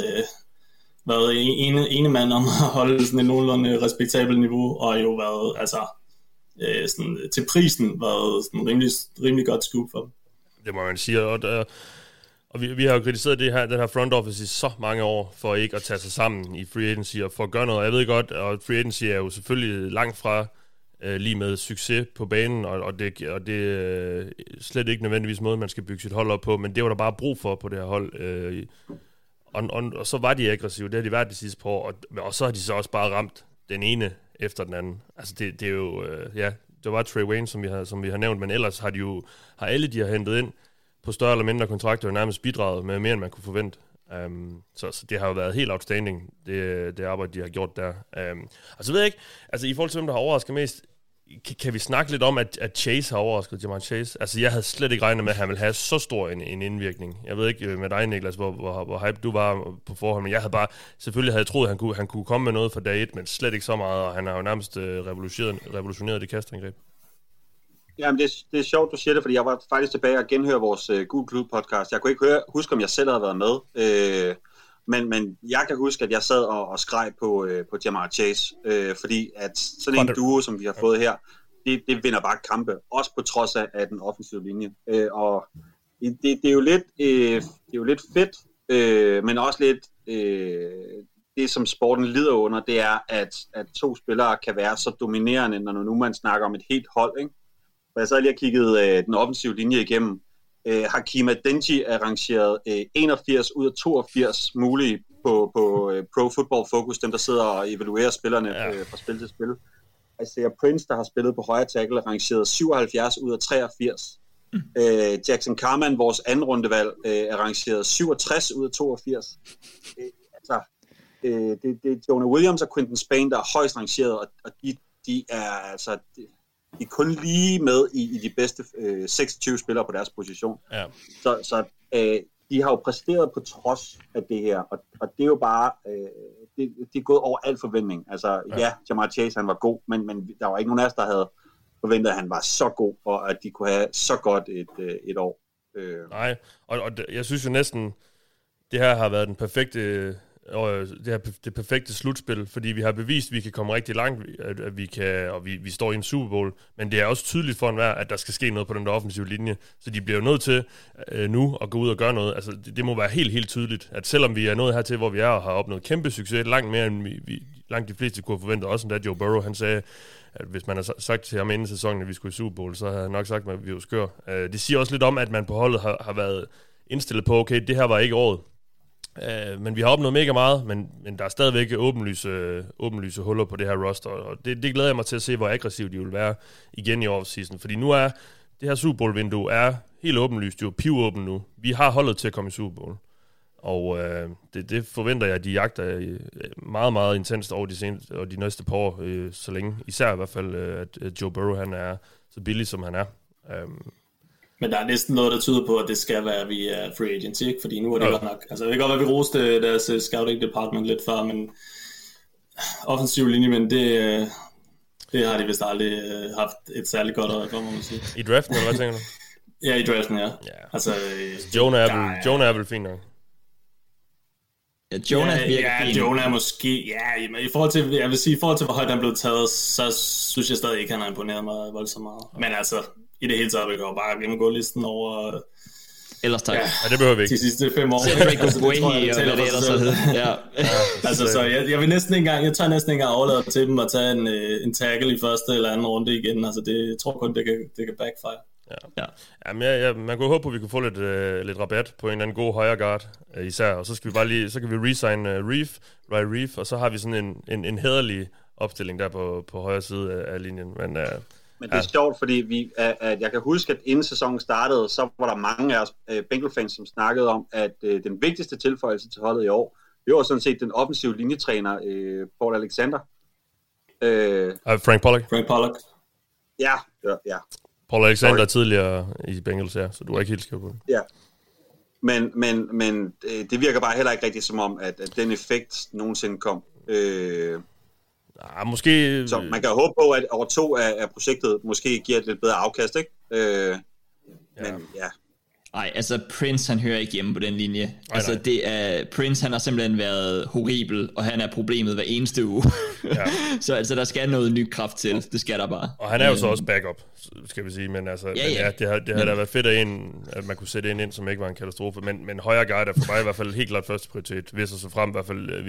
været ene mand om at holde sådan et nogenlunde respektabelt niveau, og jo været sådan, til prisen været sådan rimelig godt scoop for dem. Det må man sige, og vi har jo kritiseret den her front office i så mange år for ikke at tage sig sammen i free agency og for at gøre noget. Jeg ved godt, og free agency er jo selvfølgelig langt fra lige med succes på banen, og det er slet ikke nødvendigvis måde, man skal bygge sit hold op på, men det var der bare brug for på det her hold. Og så var de aggressive, det har de været de sidste par år, og så har de så også bare ramt den ene efter den anden. Altså det er jo, det var Trey Wayne, som vi har nævnt, men ellers har alle de har hentet ind på større eller mindre kontrakter jo nærmest bidraget med mere, end man kunne forvente. Så det har jo været helt outstanding, det arbejde, de har gjort der. Og så ved jeg ikke, altså i forhold til hvem, der har overrasket mest, kan vi snakke lidt om, at Chase har overrasket Jamar Chase? Altså, jeg havde slet ikke regnet med, at han ville have så stor en indvirkning. Jeg ved ikke med dig, Niklas, hvor hype du var på forhånd, men selvfølgelig havde jeg troet, at han kunne komme med noget fra dag 1, men slet ikke så meget, og han har jo nærmest revolutioneret det kastangreb. Jamen, det er sjovt, du siger det, fordi jeg var faktisk tilbage og genhøre vores Gul Klub-podcast. Jeg kunne ikke huske, om jeg selv havde været med, men jeg kan huske, at jeg sad og skreg på Jamar Chase, fordi at sådan en duo, som vi har fået her, det vinder bare kampe, også på trods af den offensive linje. Og det er jo lidt fedt, men også lidt det, som sporten lider under, det er, at to spillere kan være så dominerende, når nu man snakker om et helt hold, ikke? For jeg sad lige og kiggede den offensive linje igennem. Hakeem Adeniji er rangeret 81 ud af 82 mulige på Pro Football Focus, dem der sidder og evaluerer spillerne fra spil til spil. Isaiah Prince, der har spillet på højre tackle, er rangeret 77 ud af 83. Jackson Carman, vores anden rundevalg, er rangeret 67 ud af 82. Det er Jonah Williams og Quentin Spain, der er højst rangeret, og de er altså... De er kun lige med i de bedste 26 spillere på deres position. Ja. Så de har jo præsteret på trods af det her, og det er jo bare, det er gået over al forventning. Altså, Jamar Chase, han var god, men der var ikke nogen af os, der havde forventede, at han var så god, og at de kunne have så godt et år. Nej, og jeg synes jo næsten, det her har været den perfekte... det perfekte slutspil, fordi vi har bevist, at vi kan komme rigtig langt, at vi kan, og vi står i en Super Bowl, men det er også tydeligt for enhver, at der skal ske noget på den der offensive linje, så de bliver jo nødt til nu at gå ud og gøre noget. Altså, det må være helt, helt tydeligt, at selvom vi er nået hertil, hvor vi er og har opnået kæmpe succes, langt mere end langt de fleste kunne forvente, også endda Joe Burrow, han sagde, at hvis man har sagt til ham inden sæsonen, at vi skulle i Super Bowl, så havde han nok sagt, at vi var skør. Det siger også lidt om, at man på holdet har været indstillet på, okay, det her var ikke året. Men vi har opnået mega meget, men der er stadigvæk åbenlyse huller på det her roster, og det glæder jeg mig til at se, hvor aggressivt de vil være igen i offseason, fordi nu er det her Super Bowl-vindue er helt åbenlyst, jo pivåben nu. Vi har holdet til at komme i Super Bowl, og det forventer jeg, at de jagter meget, meget intenst over de næste par år, så længe, især i hvert fald, at Joe Burrow han er så billig, som han er. Men der er næsten noget, der tyder på, at det skal være via free agency, ikke? Fordi nu er det godt nok. Altså, det kan godt være, at vi roste deres scouting department lidt før, men offensiv linjemænd, det har de vist aldrig haft et særligt godt øje for, må man sige. I draften, eller hvad tænker du? Ja, i draften, ja. Altså, Jonah er vel fint nok. Ja, Jonah er måske, i forhold til, jeg vil sige, i forhold til, hvor højt han blev taget, så synes jeg stadig ikke, han har imponeret mig voldsomt meget. Men altså, i det hele taget, vi kan jo bare gennemgå listen over... Ellers tak. Ja, det behøver vi ikke. De sidste 5 år. Altså, så jeg vil næsten ikke engang, jeg tør næsten ikke engang overlade til dem at tage en tackle i første eller anden runde igen. Altså, det tror jeg kun, det kan backfire. Ja. Jamen, man kunne håbe på, at vi kunne få lidt rabat på en eller anden god højre guard, især. Og så skal vi bare lige, så kan vi resign Reef, og så har vi sådan en hæderlig opstilling der på højre side af linjen. Men det er sjovt, fordi at jeg kan huske, at inden sæsonen startede, så var der mange af os Bengal-fans, som snakkede om, at den vigtigste tilføjelse til holdet i år, det var sådan set den offensive linjetræner, Paul Alexander. Frank Pollock. Ja. Paul Alexander er tidligere i Bengals, ja, så du er ikke helt skrevet på det. Ja. Men det virker bare heller ikke rigtigt som om, at den effekt nogensinde kom. Måske... Så man kan håbe på, at over 2 af projektet måske giver et lidt bedre afkast, ikke? Men ja. Nej, altså Prince han hører ikke hjemme på den linje. Nej. Altså det er Prince, han har simpelthen været horribel, og han er problemet hver eneste uge. Ja. Så altså der skal noget ny kraft til. Det skal der bare. Og han er jo så også backup, skal vi sige, men altså det havde da været fedt at man kunne sætte ind, som ikke var en katastrofe, men højre guard er for mig i hvert fald helt klart første prioritet. Hvis og så frem i hvert fald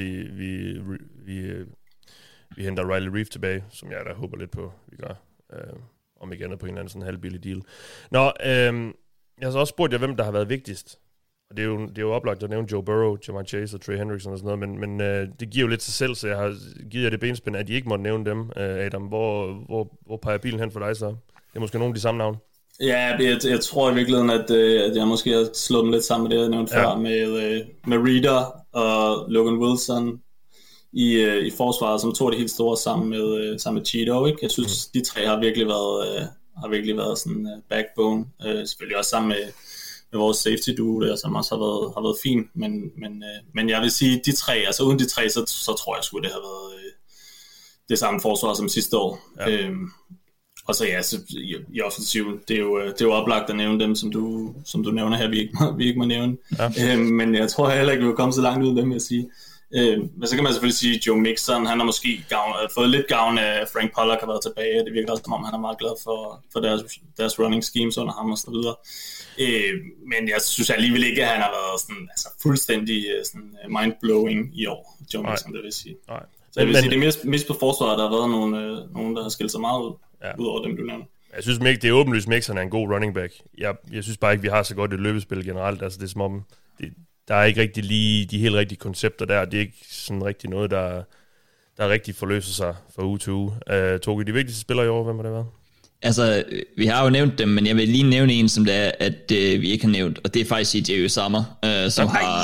vi henter Riley Reef tilbage, som jeg da håber lidt på, vi gør. Om igen er på en eller anden sådan halvbillig deal. Nå, jeg har så også spurgt jer, hvem der har været vigtigst. Og det er jo oplagt at nævne Joe Burrow, Jamar Chase og Trey Hendrickson og sådan noget, men det giver jo lidt sig selv, så jeg har givet jer det benspænd, at I ikke måtte nævne dem. Adam, hvor peger bilen hen for dig så? Det er måske nogle af de samme navne. Ja, jeg tror i virkeligheden, at jeg måske har slået dem lidt sammen med det, jeg nævnte før, med Reader og Logan Wilson i forsvaret, som tog det helt store sammen med Cheeto, ikke? Jeg synes, de tre har virkelig været sådan backbone. Selvfølgelig også sammen med vores safety duo der, som også har været fint, men jeg vil sige, de tre, altså uden de tre, så tror jeg sgu, det har været det samme forsvar som sidste år. Ja. Og så så i offensiven, det er jo oplagt at nævne dem, som du nævner her, vi ikke må nævne. Ja. Men jeg tror heller ikke, vi vil komme så langt ud af dem, vil jeg sige. Men så kan man selvfølgelig sige, at Joe Mixon, han har måske fået lidt gavn af Frank Pollock har været tilbage. Det virker også som om, han er meget glad for deres running schemes under ham og så videre. Men jeg synes alligevel ikke, at han har været sådan, altså fuldstændig sådan mind-blowing i år, Joe Mixon, det vil sige. Nej. Så jeg vil sige, det er mest på forsvaret, der har været nogen der har skilt sig meget ud over dem, du nævner. Jeg synes ikke, det er åbenlyst, Mixon er en god running back. Jeg synes bare ikke, vi har så godt et løbespil generelt. Altså det er som om, der er ikke rigtig lige de helt rigtige koncepter der. Det er ikke sådan rigtig noget, der rigtig forløser sig fra uge til uge. Toge, de vigtigste spillere i år, hvem har det været? Altså, vi har jo nævnt dem, men jeg vil lige nævne en, som det er, at vi ikke har nævnt, og det er faktisk CJ Uzomah, som har...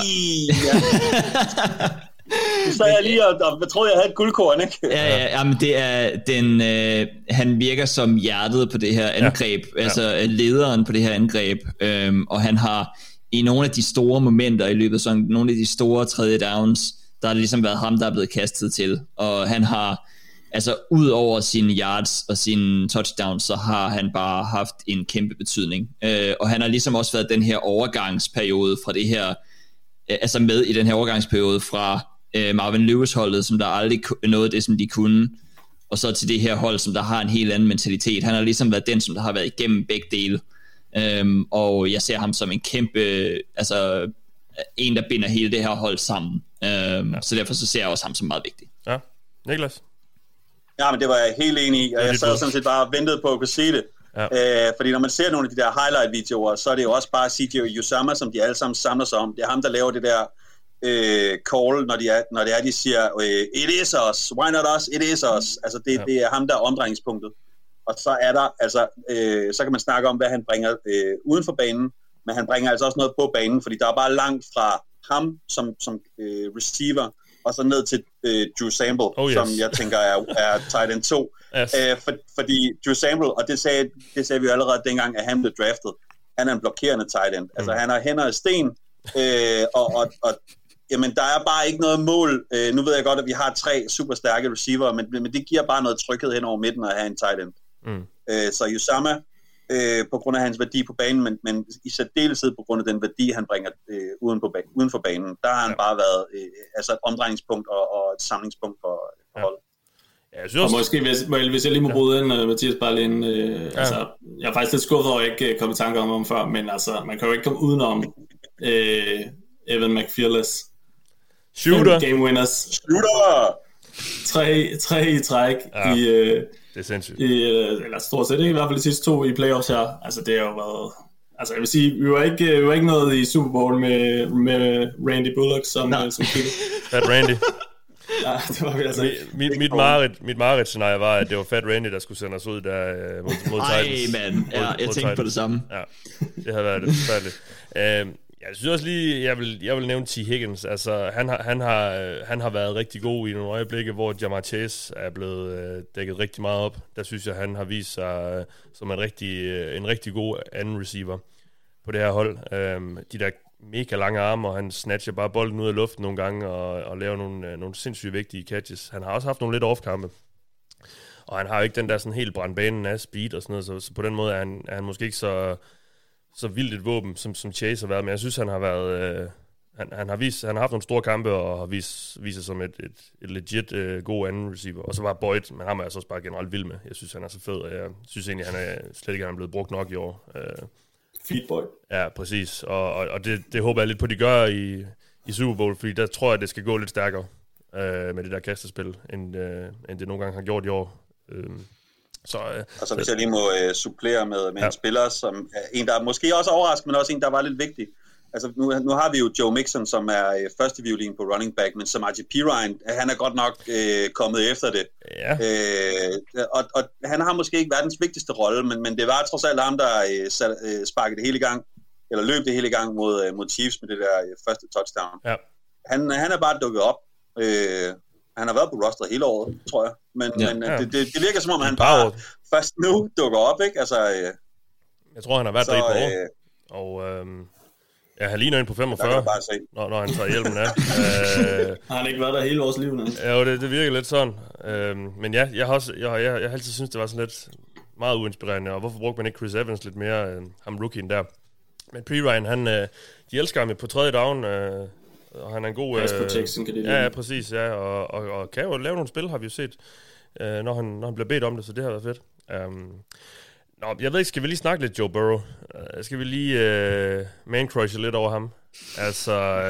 Så jeg lige og troede, jeg havde et guldkorn, ikke? Ja, men det er den... han virker som hjertet på det her angreb, altså lederen på det her angreb, og han har i nogle af de store momenter i løbet af sådan, nogle af de store tredje downs, der har det ligesom været ham, der er blevet kastet til, og han har altså ud over sine yards og sine touchdowns, så har han bare haft en kæmpe betydning. Og han har ligesom også været den her overgangsperiode fra det her, altså med i den her overgangsperiode fra Marvin Lewis-holdet, som der aldrig nåede det, som de kunne, og så til det her hold, som der har en helt anden mentalitet. Han har ligesom været den, som der har været igennem begge dele. Og jeg ser ham som en kæmpe, altså en, der binder hele det her hold sammen. Så derfor så ser jeg også ham som meget vigtig. Ja, Niklas? Ja, men det var jeg helt enig i, og jeg sad sådan set bare og ventede på at kunne sige det. Ja. Fordi når man ser nogle af de der highlight-videoer, så er det jo også bare CJ Uzomah, som de alle sammen samler sig om. Det er ham, der laver det der call, når de siger, it is us, why not us, it is us. Altså det er ham, der er omdrejningspunktet. Og så er der, altså, så kan man snakke om, hvad han bringer uden for banen, men han bringer altså også noget på banen, fordi der er bare langt fra ham som receiver, og så ned til Drew Sample, som jeg tænker er tight end 2. Yes. Fordi Drew Sample, og det sagde vi jo allerede dengang, at han blev draftet, han er en blokerende tight end. Altså han har hænder af sten, og jamen, der er bare ikke noget mål. Nu ved jeg godt, at vi har 3 super stærke receiver, men det giver bare noget tryghed hen over midten at have en tight end. Så Uzomah, på grund af hans værdi på banen, men i særdeleshed på grund af den værdi, han bringer uden for banen, der har han bare været altså et omdrejningspunkt og et samlingspunkt for holdet. Ja, jeg synes også... Og måske, hvis jeg lige må bryde ind, Mathias, bare lige ind, altså, jeg er faktisk lidt skuffet over, at jeg ikke kom i tanker om ham før, men altså, man kan jo ikke komme udenom Evan McFearless. Shooter! Game winners. Shooter! 3 i træk i... det er sindssygt. Eller stort set, ikke? I hvert fald de sidste 2 i playoffs her. Altså, det har jo været... Altså, jeg vil sige, vi var ikke noget i Super Bowl med Randy Bullock som spiller. Fat Randy. Ja, det var vi altså Mit mareridt-scenarie var, at det var Fat Randy, der skulle sende os ud der mod Titans. Ej, mand. Ja, jeg tænkte på det samme. Ja, det havde været det forfærdeligt. Jeg synes også lige, jeg vil nævne T. Higgins. Altså, han har været rigtig god i nogle øjeblikke, hvor Jamar Chase er blevet dækket rigtig meget op. Der synes jeg, han har vist sig som en rigtig god anden receiver på det her hold. De der mega lange arme, og han snatcher bare bolden ud af luften nogle gange og laver nogle sindssygt vigtige catches. Han har også haft nogle lidt off-kampe. Og han har jo ikke den der sådan helt brændt banen af speed og sådan noget, så på den måde er han måske ikke så vildt et våben, som Chase har været, men jeg synes, han har været... Han har haft nogle store kampe, og har vist sig som et legit god anden receiver. Og så var Boyd, men ham er jeg så også bare generelt vild med. Jeg synes, han er så fed, og jeg synes egentlig, han er slet ikke blevet brugt nok i år. Feed Boyd. Ja, præcis. Og det håber jeg lidt på, de gør i Super Bowl, fordi der tror jeg, det skal gå lidt stærkere med det der kastespil, end det nogle gange har gjort i år. Og så hvis jeg lige må supplere med en spiller, som er en, der måske også overraskende, men også en, der var lidt vigtig. Altså nu har vi jo Joe Mixon, som er første violin på running back, men Samaje Perine, han er godt nok kommet efter det. Ja. Og han har måske ikke verdens vigtigste rolle, men det var trods alt ham, der sparkede det hele i gang, eller løb det hele i gang mod Chiefs med det der første touchdown. Ja. Han er bare dukket op. Han har været på roster hele året, tror jeg. Men det virker som om, han bare først nu dukker op, ikke? Altså, jeg tror, han har været der i et par år. Og han ligner ind på 45, når han tager hjelmen af. Har han ikke været der hele vores liv? Ja, det virker lidt sådan. Men ja, jeg har altid syntes, det var sådan lidt meget uinspirerende. Og hvorfor brugte man ikke Chris Evans lidt mere, ham rookien der? Men Perine, de elsker ham på 3. down, og han er en god... Pass protection, kan det lide. Ja, præcis, ja. Og kan jo lave nogle spil, har vi jo set, når han bliver bedt om det, så det har været fedt. Jeg ved ikke, skal vi lige snakke lidt Joe Burrow? Skal vi lige man-crushe lidt over ham? Altså,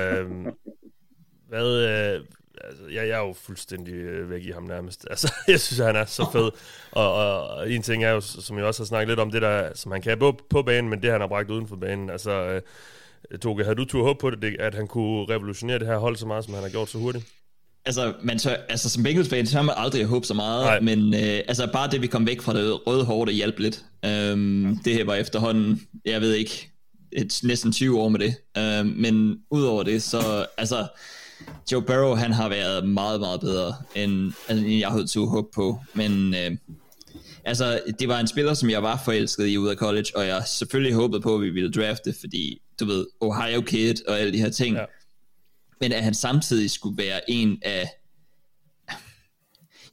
jeg er jo fuldstændig væk i ham nærmest. Altså, jeg synes, han er så fed. Og en ting er jo, som jeg også har snakket lidt om, det der, som han kan på banen, men det han har bragt uden for banen. Altså, Toge, havde du tur håb på det, at han kunne revolutionere det her hold så meget, som han har gjort så hurtigt? Altså, som Bengals-fan, så har man aldrig håbet så meget. Nej. Men bare det, vi kom væk fra det røde hår, det hjalp lidt. Det her var efterhånden, jeg ved ikke, næsten 20 år med det. Men udover det, så Joe Burrow, han har været meget, meget bedre, end jeg havde tur håb på. Men det var en spiller, som jeg var forelsket i ude af college, og jeg selvfølgelig håbede på, at vi ville drafte, fordi, du ved, Ohio Kid og alle de her ting. Ja. Men at han samtidig skulle være en af...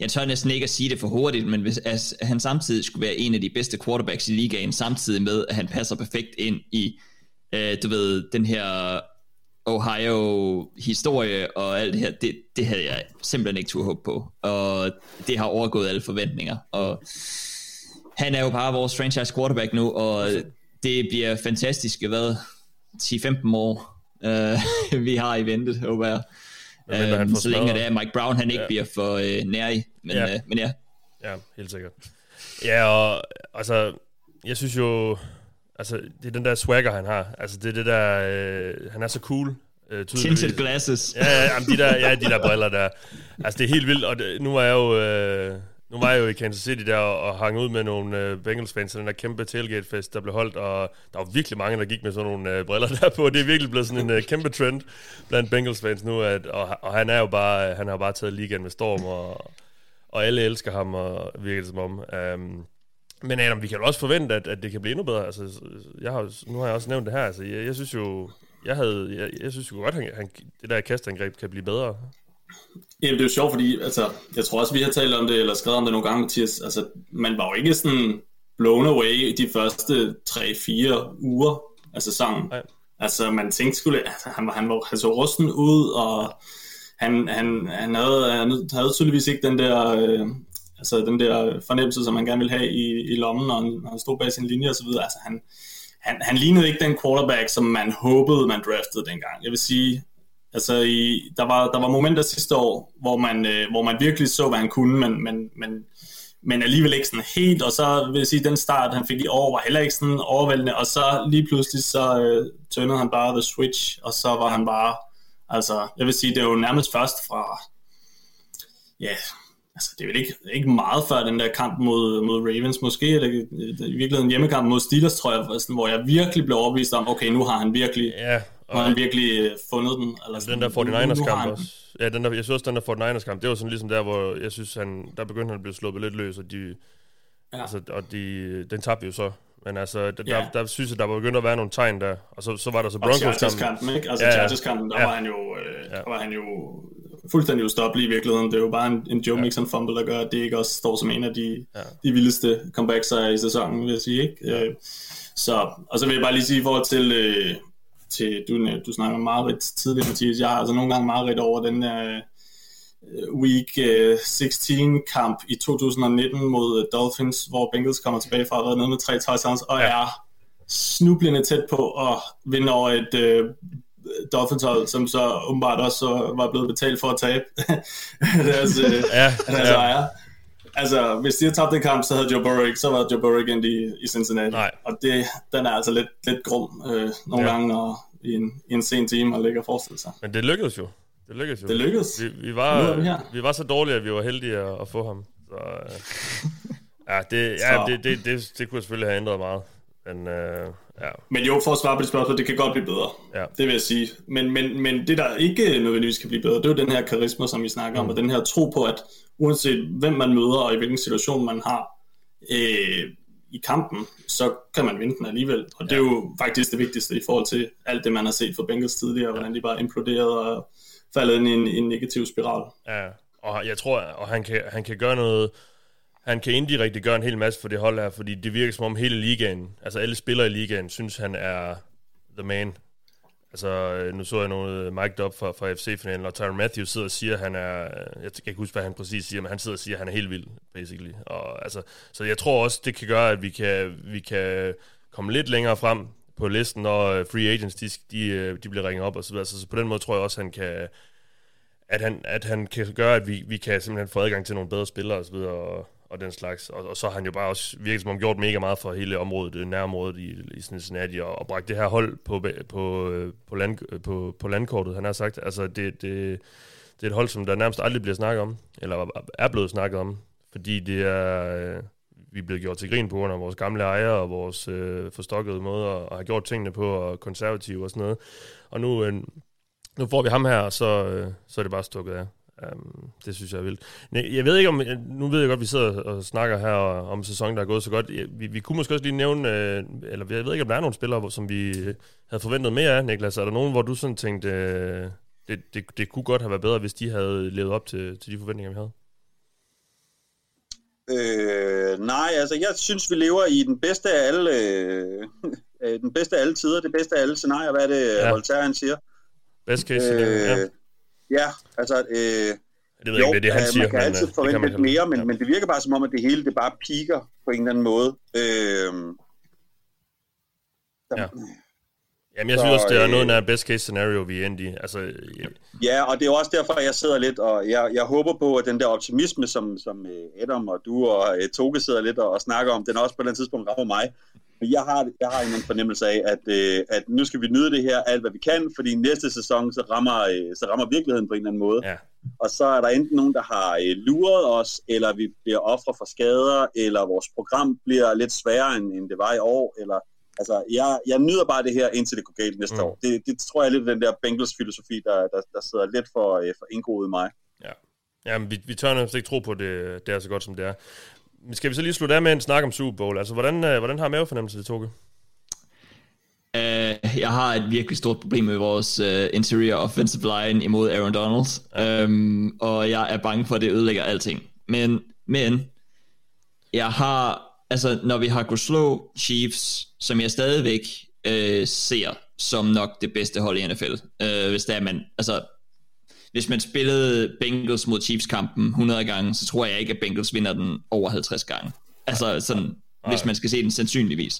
jeg tør næsten ikke at sige det for hurtigt, men hvis han samtidig skulle være en af de bedste quarterbacks i ligaen, samtidig med, at han passer perfekt ind i, du ved, den her Ohio-historie og alt det her, det havde jeg simpelthen ikke turde håbe på, og det har overgået alle forventninger, og han er jo bare vores franchise quarterback nu, og det bliver fantastisk, 10-15 år, vi har i ventet, håber jeg. Så længe det er Mike Brown, han ikke bliver for nærig, men ja. Ja, helt sikkert. Ja, og altså, jeg synes jo, altså, det er den der swagger, han har. Altså, det er det der, han er så cool. Tinted glasses. De der briller der. Altså, det er helt vildt, og nu var jeg jo i Kansas City der og hang ud med nogle Bengals-fans til den der kæmpe tailgate-fest, der blev holdt, og der var virkelig mange, der gik med sådan nogle briller der på. Det er virkelig blevet sådan en kæmpe trend blandt Bengals-fans nu, og han er jo bare, han har bare taget ligaen med storm, og alle elsker ham, og virker det som om. Men Adam, vi kan jo også forvente, at det kan blive endnu bedre. Altså, nu har jeg også nævnt det her. Altså, jeg synes jo, jeg synes jo godt, at det der kastangreb kan blive bedre. Jamen, det er jo sjovt, fordi altså, jeg tror også, vi har talt om det, eller skrevet om det nogle gange, Mathias. Altså, man var jo ikke sådan blown away de første 3-4 uger af sæsonen. Nej. Altså, man tænkte skulle, altså, han så rusten ud, og han havde tydeligvis ikke den der fornemmelse, som man gerne ville have i lommen, når han stod bag sin linje og så videre. Altså, han lignede ikke den quarterback, som man håbede, man draftede dengang. Jeg vil sige, altså der var momenter sidste år, hvor man virkelig så, hvad han kunne, men alligevel ikke sådan helt, og så vil jeg sige, den start, han fik i år, var heller ikke sådan overvældende, og så lige pludselig, så turnede han bare the switch, og så var han bare, altså, jeg vil sige, det er jo nærmest først fra, altså det er vel ikke meget før den der kamp mod Ravens måske, eller i virkeligheden hjemmekamp mod Steelers, tror jeg, sådan, hvor jeg virkelig blev overbevist om, okay, nu har han virkelig... Og han virkelig fundet den. Eller den der 49ers kamp også. Ja, jeg synes også, den der 49ers kamp, det var sådan ligesom der, hvor jeg synes, der begyndte han at blive sluppet lidt løs, og den tabte vi jo så. Men altså, der synes jeg, der var begyndt at være nogle tegn der, og så var der så Broncos-kampen, ikke? Altså Chargers-kampen, der var han jo fuldstændig ustoppelig i virkeligheden. Det er jo bare en Joe Mixon fumble, der gør, at det ikke også står som en af de vildeste comebacks i sæsonen, vil jeg sige, ikke? Og så vil jeg bare lige sige i forhold til du snakker om mareridt tidligere, Mathias. Jeg har altså nogle gange mareridt over den Week 16 kamp i 2019 mod Dolphins, hvor Bengals kommer tilbage fra at have været nede med 3 touchdowns, og er snublende tæt på at vinde over et Dolphins-hold, som så åbenbart også var blevet betalt for at tabe deres ejer. Altså, hvis de havde tabt den kamp, så havde Joe Burrow ikke, så var Joe Burrow igen i Cincinnati. Nej. Og den er altså lidt grum nogle gange og i en sen time at ligge og forestille sig. Men det lykkedes jo. Det lykkedes. Vi var så dårlige, at vi var heldige at få ham. Så, det kunne selvfølgelig have ændret meget. Men jo, for at svare på det spørgsmål, det kan godt blive bedre. Ja. Det vil jeg sige. Men det, der ikke nødvendigvis kan blive bedre, det er jo den her karisma, som vi snakker om, og den her tro på, at uanset hvem man møder, og i hvilken situation man har i kampen, så kan man vinde den alligevel. Og det er jo faktisk det vigtigste i forhold til alt det, man har set for Bengals tidligere, hvordan de bare imploderede og faldet ind i en negativ spiral. Ja, og jeg tror, at han kan gøre noget. Han kan indirekte gøre en hel masse for det hold her, fordi det virker som om hele ligaen, altså alle spillere i ligaen, synes han er the man. Altså, nu så jeg noget mic'd up fra FC-finalen, og Tyrann Mathieu sidder og siger, han er, jeg kan ikke huske, hvad han præcis siger, men han sidder og siger, at han er helt vild, basically. Og, altså, så jeg tror også, det kan gøre, at vi kan komme lidt længere frem på listen, når free agents, de bliver ringet op og så videre. Så på den måde tror jeg også, at han kan gøre, at vi kan simpelthen få adgang til nogle bedre spillere og så videre, og den slags. Og så har han jo bare også virkelig som om gjort mega meget for hele området, nærområdet i Cincinnati, og bragt det her hold på landkortet, han har sagt. Altså, det er et hold, som der nærmest aldrig bliver snakket om, eller er blevet snakket om, fordi det er... vi er blevet gjort til grin på grund af vores gamle ejere og vores forstokkede måde at have gjort tingene på, og konservative og sådan noget. Og nu får vi ham her, og så er det bare stukket af. Det synes jeg er vildt. Jeg ved ikke om... Nu ved jeg godt, at vi sidder og snakker her om sæsonen, der er gået så godt. Vi kunne måske også lige nævne... Eller jeg ved ikke, om der er nogle spillere, som vi havde forventet mere af, Niklas. Er der nogen, hvor du sådan tænkte... Det kunne godt have været bedre, hvis de havde levet op til de forventninger, vi havde? Nej, altså jeg synes, vi lever i den bedste af alle, den bedste af alle tider, det bedste af alle scenarier. Hvad er det, Voltaire han siger? Best case scenario, ja, altså... det ved jeg ikke, det han siger. Man kan altid forvente lidt mere, men det virker bare som om, at det hele det bare piker på en eller anden måde. Jamen, jeg synes også, det er noget af best case scenario, vi er endte i. Altså, Ja, og det er også derfor, jeg sidder lidt, og jeg håber på, at den der optimisme, som Adam og du og Toge sidder lidt og snakker om, den også på den tidspunkt rammer mig. Men jeg har en fornemmelse af, at nu skal vi nyde det her alt, hvad vi kan, fordi næste sæson, så rammer virkeligheden på en eller anden måde. Ja. Og så er der enten nogen, der har luret os, eller vi bliver ofre for skader, eller vores program bliver lidt sværere, end det var i år, eller... Altså, jeg nyder bare det her, indtil det går galt næste år. Det tror jeg er lidt den der Bengals-filosofi, der sidder lidt for indgroet i mig. Ja, jamen, vi tør næsten ikke tro på, det er så godt, som det er. Men skal vi så lige slutte af med en snak om Super Bowl? Altså, hvordan har mavefornemmelse det, Toge? Jeg har et virkelig stort problem med vores interior offensive line imod Aaron Donald. Og jeg er bange for, at det ødelægger alting. Men jeg har... Altså, når vi har kunnet slå Chiefs, som jeg stadigvæk ser som nok det bedste hold i NFL, hvis man spillede Bengals mod Chiefs-kampen 100 gange, så tror jeg ikke, at Bengals vinder den over 50 gange. Altså, sådan, hvis man skal se den sandsynligvis.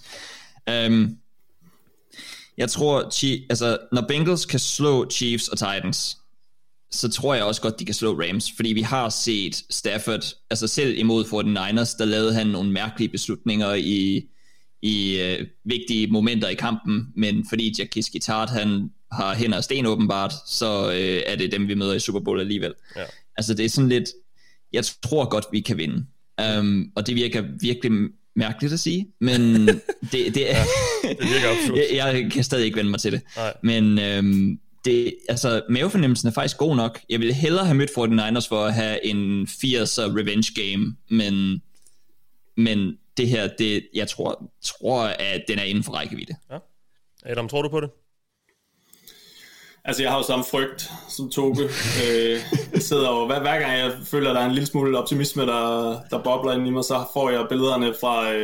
Jeg tror, når Bengals kan slå Chiefs og Titans, så tror jeg også godt, de kan slå Rams, fordi vi har set Stafford, altså selv imod 49ers, der lavede han nogle mærkelige beslutninger i vigtige momenter i kampen, men fordi Jaquiski Tartt, han har hænder og sten åbenbart, så er det dem, vi møder i Super Bowl alligevel. Ja. Altså det er sådan lidt, jeg tror godt, vi kan vinde. Og det virker virkelig mærkeligt at sige, men det er... det virker absurd. jeg kan stadig ikke vende mig til det. Nej. Men... mavefornemmelsen er faktisk god nok. Jeg ville hellere have mødt 49ers for at have en 80'er revenge game, men det her, jeg tror, at den er inden for rækkevidde. Ja. Adam, tror du på det? Altså, jeg har jo samme frygt som Toge. Jeg sidder jo, hver gang jeg føler, at der er en lille smule optimisme, der bobler ind i mig, så får jeg billederne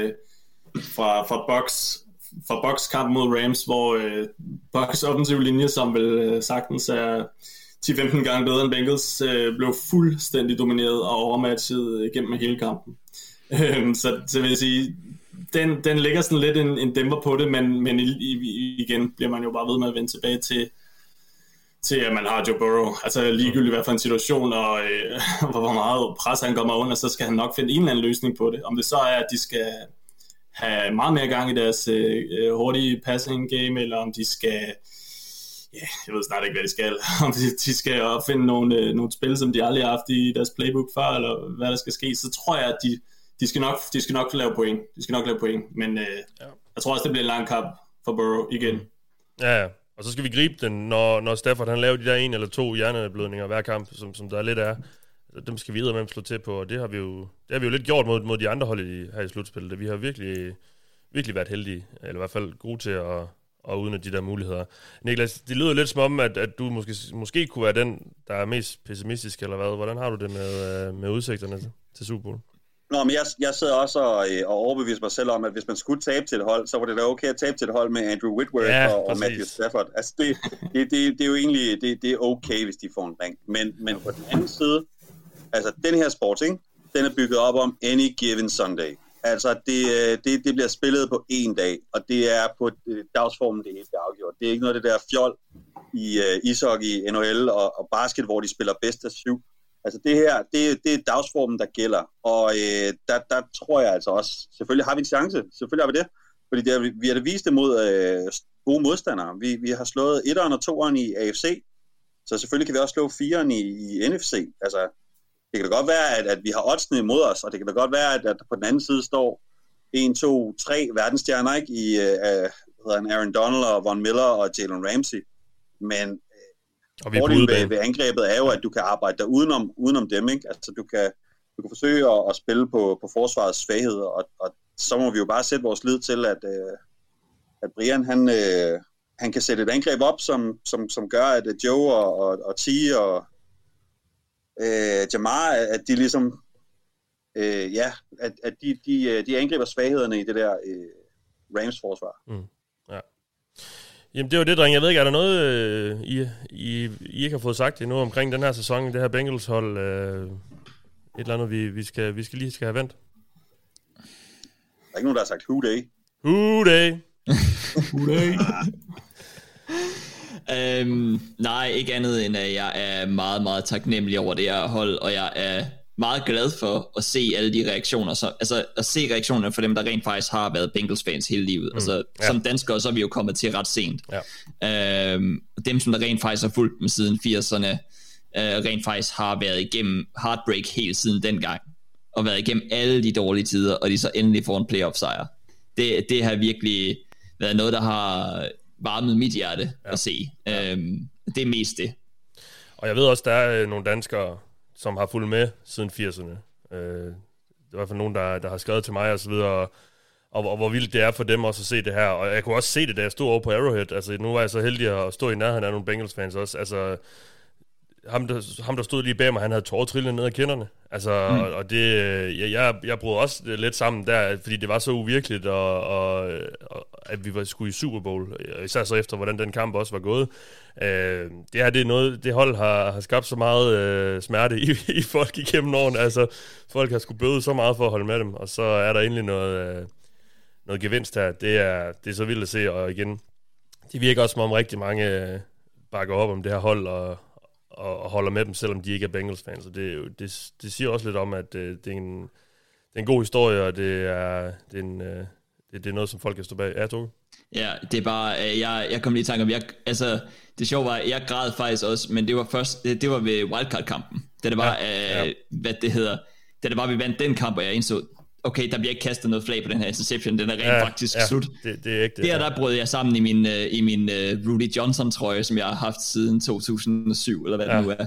fra Bucks-kampen mod Rams, hvor Bucks offensive linje, som vel sagtens er 10-15 gange bedre end Bengals, blev fuldstændig domineret og overmatchet gennem hele kampen. Så vil jeg sige, den ligger sådan lidt en dæmper på det, men igen bliver man jo bare ved med at vende tilbage til at man har Joe Burrow. Altså ligegyldigt hvad for en situation, og hvor meget pres han kommer under, så skal han nok finde en eller anden løsning på det. Om det så er, at de skal have meget mere gang i deres hurtige passing game, eller om de skal, jeg ved snart ikke, hvad de skal, om de skal opfinde nogle spil, som de aldrig har haft i deres playbook før, eller hvad der skal ske, så tror jeg, at de skal nok lave point. De skal nok lave point, men jeg tror også, det bliver en lang kamp for Burrow igen. Ja, og så skal vi gribe den, når Stafford han laver de der 1 eller 2 hjerneblødninger hver kamp, som der lidt er. Dem skal vi med at slå til på, og det har vi jo lidt gjort mod de andre hold her i slutspillet. Vi har virkelig været heldige, eller i hvert fald gode til at udnytte de der muligheder. Niklas, det lyder lidt som om, at du måske kunne være den, der er mest pessimistisk, eller hvad? Hvordan har du det med udsigterne til Super Bowl? Nå, men jeg sidder også og overbeviser mig selv om, at hvis man skulle tabe til et hold, så var det da okay at tabe til et hold med Andrew Whitworth og Matthew Stafford. Altså det er jo egentlig det er okay, hvis de får en ring. Men på den anden side, altså den her sport, ikke? Den er bygget op om any given Sunday. Altså det bliver spillet på en dag, og det er på dagsformen, det hele bliver afgjort. Det er ikke noget af det der fjol i ishockey, NHL og basket, hvor de spiller bedst af 7. Altså det her, det er dagsformen, der gælder, og der tror jeg altså også, selvfølgelig har vi en chance, selvfølgelig har vi det, fordi vi har det vist det mod gode modstandere. Vi har slået 1'eren og 2'eren i AFC, så selvfølgelig kan vi også slå 4'eren i NFC. Altså det kan da godt være, at vi har oddsene imod os, og det kan da godt være, at på den anden side står 1, 2, 3 verdensstjerner, ikke, i Aaron Donald og Von Miller og Jalen Ramsey, men fordelen ved angrebet er jo, at du kan arbejde der udenom dem, ikke? Altså du kan forsøge at spille på forsvarets svagheder, og så må vi jo bare sætte vores lid til, at Brian han kan sætte et angreb op, som gør, at Joe og T og Jamar, at de ligesom at de angriber svaghederne i det der Rams-forsvar. Ja. Jamen, det var det, dreng. Jeg ved ikke, er der noget, I ikke har fået sagt endnu omkring den her sæson, det her Bengals-hold? Et eller andet, vi skal have vendt? Der er ikke nogen, der har sagt who day. Who day? Who day? Nej, ikke andet end, at jeg er meget, meget taknemmelig over det her hold, og jeg er meget glad for at se alle de reaktioner, altså at se reaktionerne for dem, der rent faktisk har været Bengals fans hele livet. Altså, som danskere, så er vi jo kommet til ret sent. Ja. Dem, som der rent faktisk har fulgt dem siden 80'erne, rent faktisk har været igennem heartbreak helt siden dengang, og været igennem alle de dårlige tider, og de så endelig får en playoff-sejr. Det har virkelig været noget, der har varmet mit hjerte at se. Det er mest det. Og jeg ved også, der er nogle danskere, som har fulgt med siden 80'erne. Det er i hvert fald nogen, der har skrevet til mig og så videre, og hvor vildt det er for dem også at se det her. Og jeg kunne også se det, da jeg stod over på Arrowhead. Altså, nu var jeg så heldig at stå i nærheden af nogle Bengals-fans også. Altså, ham der stod lige bag mig, han havde tårer trillende ned ad kinderne. Altså, og det, jeg brød også lidt sammen der, fordi det var så uvirkeligt, og at vi skulle i Super Bowl, især så efter, hvordan den kamp også var gået. Det her, det er noget, det hold har skabt så meget smerte i folk igennem årene. Altså, folk har skulle bøde så meget for at holde med dem, og så er der endelig noget gevinst her. Det er så vildt at se, og igen, det virker også som om rigtig mange bakker op om det her hold, og holder med dem, selvom de ikke er Bengals-fans. Så det siger også lidt om, at det er en god historie, og det er noget, som folk kan stå bag. Ja, Toge? Ja, det er bare, jeg kom lige i tanke om, det sjove var, jeg græd faktisk også, men det var ved wildcard-kampen, da det var, hvad det hedder, da det var, vi vandt den kamp, og jeg indså, okay, der bliver ikke kastet noget flag på den her interception, den er rent faktisk slut. Det er ikke det. Der brød jeg sammen i min Rudy Johnson-trøje, som jeg har haft siden 2007, eller hvad det nu er.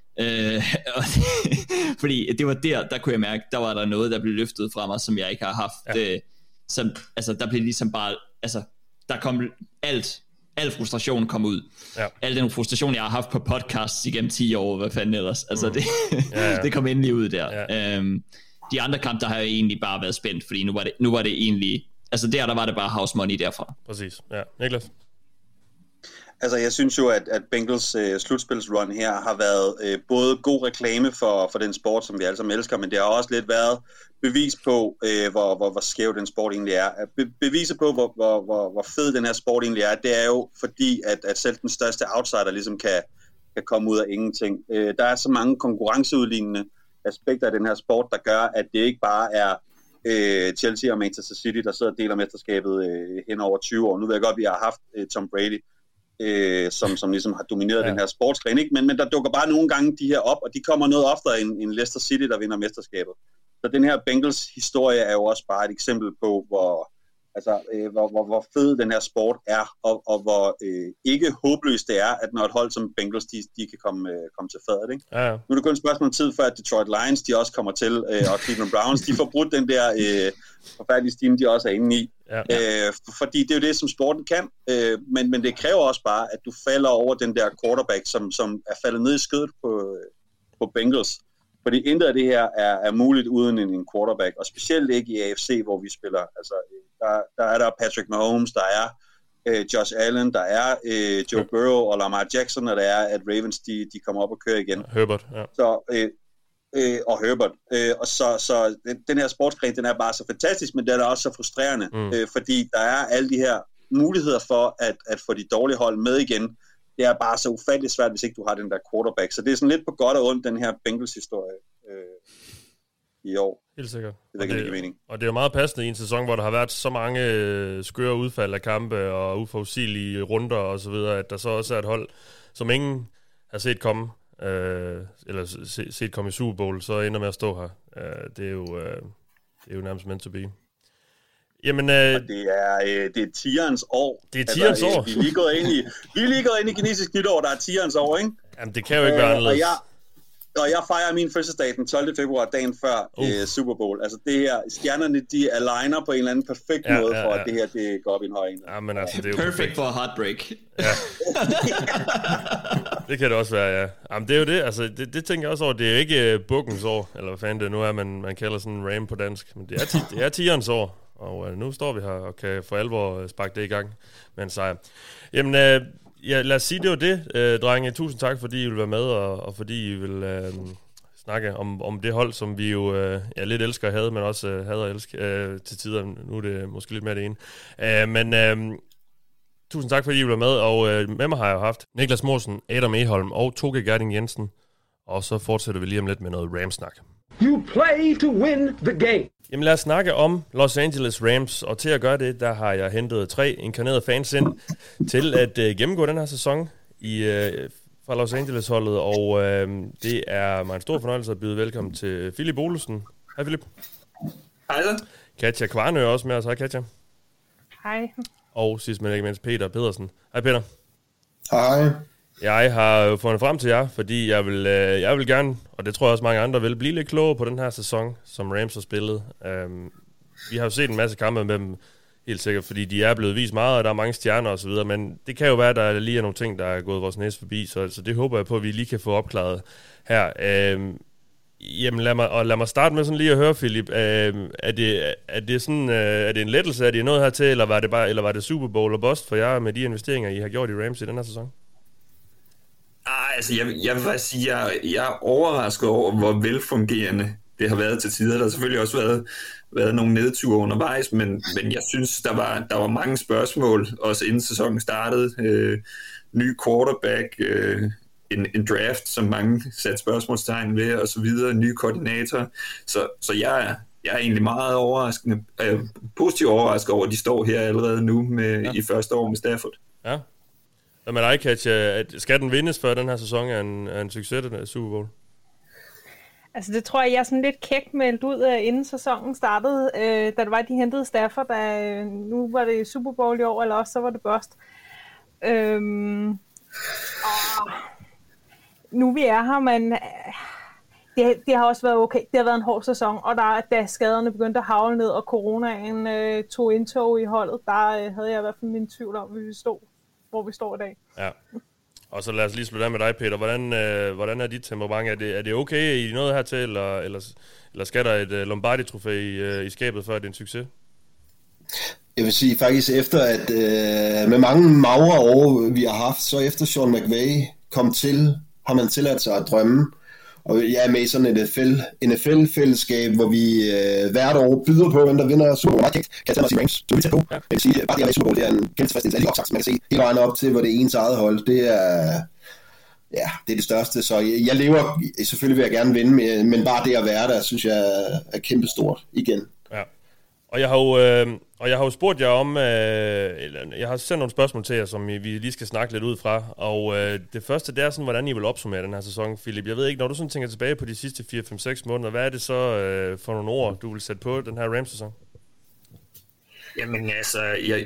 Fordi det var der kunne jeg mærke, der var der noget, der blev løftet fra mig, som jeg ikke har haft. Der blev ligesom bare, der kom al frustration kom ud. Ja. Al den frustration, jeg har haft på podcasts igennem 10 år, hvad fanden ellers. Det kom endelig ud der. Ja. De andre kampe, der har jeg egentlig bare været spændt, fordi nu var det egentlig, der var det bare house money derfra. Præcis, ja. Niklas? Altså, jeg synes jo, at Bengals slutspilsrun her har været både god reklame for den sport, som vi alle sammen elsker, men det har også lidt været bevis på, hvor skæv den sport egentlig er. Beviset på, hvor fed den her sport egentlig er, det er jo fordi, at selv den største outsider ligesom kan komme ud af ingenting. Der er så mange konkurrenceudlignende aspekter af den her sport, der gør, at det ikke bare er Chelsea og Manchester City, der sidder og deler mesterskabet hen over 20 år. Nu ved jeg godt, at vi har haft Tom Brady, som ligesom har domineret den her sportsgren, ikke? Men der dukker bare nogle gange de her op, og de kommer noget oftere end Leicester City, der vinder mesterskabet. Så den her Bengals historie er jo også bare et eksempel på, hvor fed den her sport er, og hvor ikke håbløst det er, at når et hold som Bengals, de kan komme til fadet, ikke? Ja. Nu er det kun et spørgsmål om tid, før at Detroit Lions, de også kommer til, og Cleveland Browns, de får brudt den der forfærdelige stime, de også er inde i. Ja. Fordi det er jo det, som sporten kan, men det kræver også bare, at du falder over den der quarterback, som er faldet ned i skødet på Bengals. Fordi intet af det her er muligt uden en quarterback, og specielt ikke i AFC, hvor vi spiller. Altså, der er der Patrick Mahomes, der er Josh Allen, der er Joe Burrow og Lamar Jackson, og der er, at Ravens de kommer op og kører igen. Herbert, ja. Og Herbert. Og så den her sportsgren, den er bare så fantastisk, men den er også så frustrerende, fordi der er alle de her muligheder for at få de dårlige hold med igen. Det er bare så ufatteligt svært, hvis ikke du har den der quarterback. Så det er sådan lidt på godt og ondt, den her Bengals-historie i år. Helt sikkert. Og det er jo meget passende i en sæson, hvor der har været så mange skøre udfald af kampe og uforudsigelige runder og så videre, at der så også er et hold, som ingen har set komme, eller set komme i Super Bowl, så ender med at stå her. Det er jo nærmest meant to be. Jamen, det er tierens år. Det er tierens år. Vi er lige gået ind i kinesisk nytår, der er tierens år, ikke? Jamen, det kan jo ikke være anderledes. Og jeg fejrer min fødselsdag den 12. februar, dagen før Super Bowl. Altså det her, stjernerne de aligner på en eller anden perfekt måde, for at det her det går op i en høj enhed. Ja, men altså, det er jo Perfect for a heartbreak. Ja. Det kan det også være, ja. Jamen, det er jo det, altså, det tænker jeg også over. Det er ikke bukkens år, eller hvad fanden det nu er, man kalder sådan en ram på dansk. Men det er tierens år, og nu står vi her og kan for alvor sparke det i gang med en sejr. Jamen, ja, lad os sige, det var det, drenge. Tusind tak, fordi I vil være med, og fordi I vil snakke om det hold, som vi jo lidt elsker at have, men også hader at elske til tider. Nu er det måske lidt mere det ene. Men tusind tak, fordi I vil være med, og med mig har jeg jo haft Niklas Morsen, Adam Egholm og Toge Gerding Jensen. Og så fortsætter vi lige om lidt med noget Rams-snak. You play to win the game. Jamen lad os snakke om Los Angeles Rams, og til at gøre det, der har jeg hentet 3 inkarnerede fans ind til at gennemgå den her sæson fra Los Angeles-holdet, og det er mig en stor fornøjelse at byde velkommen til Philip Olesen. Hej Philip. Hej da. Katja Kvarnø er også med os. Hej Katja. Hej. Og sidst men ikke mindst Peter Pedersen. Hej Peter. Hej. Jeg har fundet frem til jer, fordi jeg vil gerne, og det tror jeg også mange andre vil, blive lidt klogere på den her sæson, som Rams har spillet. Vi har jo set en masse kampe med dem, helt sikkert, fordi de er blevet vist meget, og der er mange stjerner osv., men det kan jo være, at der lige er nogle ting, der er gået vores næse forbi, så det håber jeg på, at vi lige kan få opklaret her. Jamen lad mig starte med sådan lige at høre, Philip. Er det en lettelse, er det noget hertil, eller var det Super Bowl og bust for jer med de investeringer, I har gjort i Rams i den her sæson? Altså, jeg vil faktisk sige, at jeg er overrasket over, hvor velfungerende det har været til tider. Der har selvfølgelig også været nogle nedture undervejs, men jeg synes, der var mange spørgsmål, også inden sæsonen startede. Ny quarterback, en draft, som mange satte spørgsmålstegn ved, og så videre, ny koordinator. Så jeg er egentlig meget overraskende, positivt overrasket over, at de står her allerede nu i første år med Stafford. Ja. Hvad med dig, Katja? Skal den vindes før den her sæson er en succes, den her Super Bowl? Altså det tror jeg er sådan lidt kækt meldt ud, inden sæsonen startede, da det var, de hentede Stafford, nu var det Super Bowl i år, eller også så var det bust. Nu vi er her, men det har også været okay. Det har været en hård sæson, og da skaderne begyndte at hagle ned, og coronaen tog indtog i holdet, der havde jeg i hvert fald min tvivl om, hvor vi står i dag. Ja. Og så lad os lige slutte af med dig, Peter. Hvordan er dit temperament? Er det okay, I noget hertil, eller skal der et Lombardi-trofæ i skabet, før det er en succes? Jeg vil sige faktisk efter, at med mange magre år, vi har haft, så efter Sean McVay kom til, har man tilladt sig at drømme. Og jeg er med i sådan et NFL-fællesskab, hvor vi hvert år byder på, hvem der vinder Super Bowl. Kan jeg tage mig sige Rams, så vi tager på. Jeg vil sige, bare det at være i Super Bowl, det er en kæmpe tilfredsstillelse. Alle de optagelse, man kan se hele vejen op til, hvor det er ens eget hold. Det er det største. Så jeg lever, selvfølgelig vil jeg gerne vinde, men bare det at være der, synes jeg er kæmpestort igen. Ja. Og jeg har jo spurgt jer om, jeg har sendt nogle spørgsmål til jer, som vi lige skal snakke lidt ud fra, og det første, det er sådan, hvordan I vil opsummere den her sæson, Philip. Jeg ved ikke, når du sådan tænker tilbage på de sidste 4-5-6 måneder, hvad er det så for nogle ord, du vil sætte på den her Rams-sæson? Jamen altså,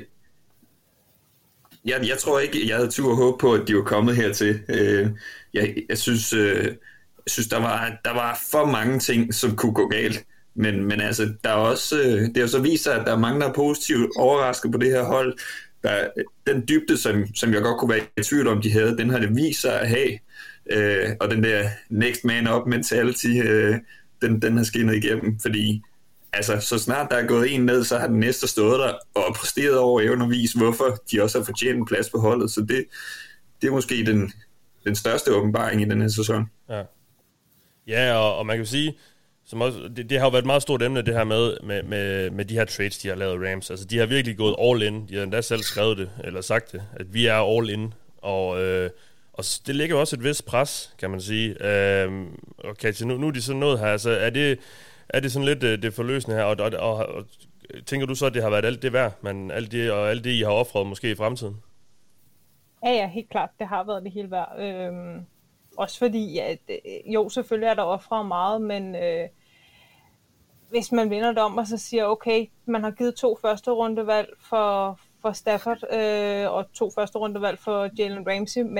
jeg tror ikke, jeg havde tur og håb på, at de var kommet hertil. Jeg synes, der var for mange ting, som kunne gå galt. Men altså, der er også, det har så vist sig, at der er mange, der er positivt overrasket på det her hold. Den dybde, som jeg godt kunne være i tvivl om, de havde, den har det vist sig at have. Og den der next man up mentality, den har skinnet igennem. Fordi altså, så snart der er gået en ned, så har den næste stået der og præsteret over evne og vise, hvorfor de også har fortjent en plads på holdet. Så det er måske den største åbenbaring i den her sæson. Ja, og man kan jo sige, som også, det har jo været et meget stort emne, det her med de her trades, de har lavet Rams. Altså, de har virkelig gået all in. De har endda selv skrevet det, eller sagt det, at vi er all in. Og det ligger også et vist pres, kan man sige. Og Katja, nu er de sådan noget her. Altså, er det sådan lidt det forløsende her? Og tænker du så, at det har været alt det værd, men alt det, I har offret måske i fremtiden? Ja, helt klart. Det har været det hele værd. Også fordi, jo, selvfølgelig er der offret meget, men hvis man vinder det om, og så siger, okay, man har givet 2 første rundevalg for Stafford, og 2 første rundevalg for Jalen Ramsey, men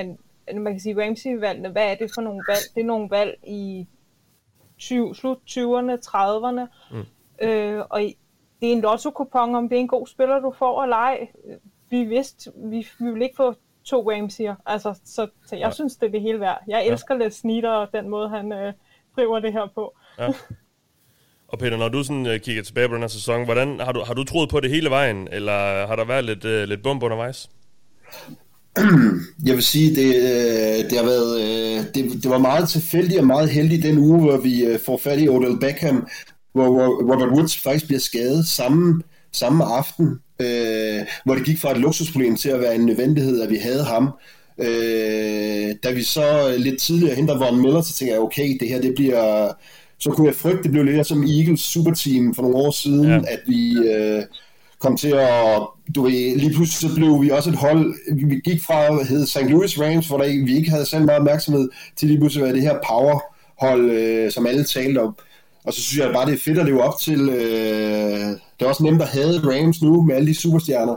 man kan sige Ramsey-valgene, hvad er det for nogle valg? Det er nogle valg i slut 20'erne, 30'erne, og det er en lotto-kupon, om det er en god spiller, du får eller ej. Vi vidste, vi vil ikke få 2 Ramsey'er, altså, så jeg synes, det er det hele værd. Jeg elsker Les Snead og den måde, han driver det her på. Ja. Og Peter, når du sådan kigger tilbage på den her sæson, hvordan har du troet på det hele vejen, eller har der været lidt bump undervejs? Jeg vil sige, det har været det var meget tilfældigt og meget heldigt den uge, hvor vi får fat i Odell Beckham, hvor Robert Woods faktisk bliver skadet samme aften, hvor det gik fra et luksusproblem til at være en nødvendighed, at vi havde ham. Da vi så lidt tidligere henter Von Miller, så tænker jeg, okay, det her det bliver... Så kunne jeg frygte, det blev lidt som Eagles superteam for nogle år siden, at vi kom til at... lige pludselig så blev vi også et hold... Vi gik fra at hedde St. Louis Rams, hvor vi ikke havde selv meget opmærksomhed, til lige pludselig at være det her powerhold, som alle talte om. Og så synes jeg bare, det er fedt at leve op til... det er også nemt at have Rams nu, med alle de superstjerner.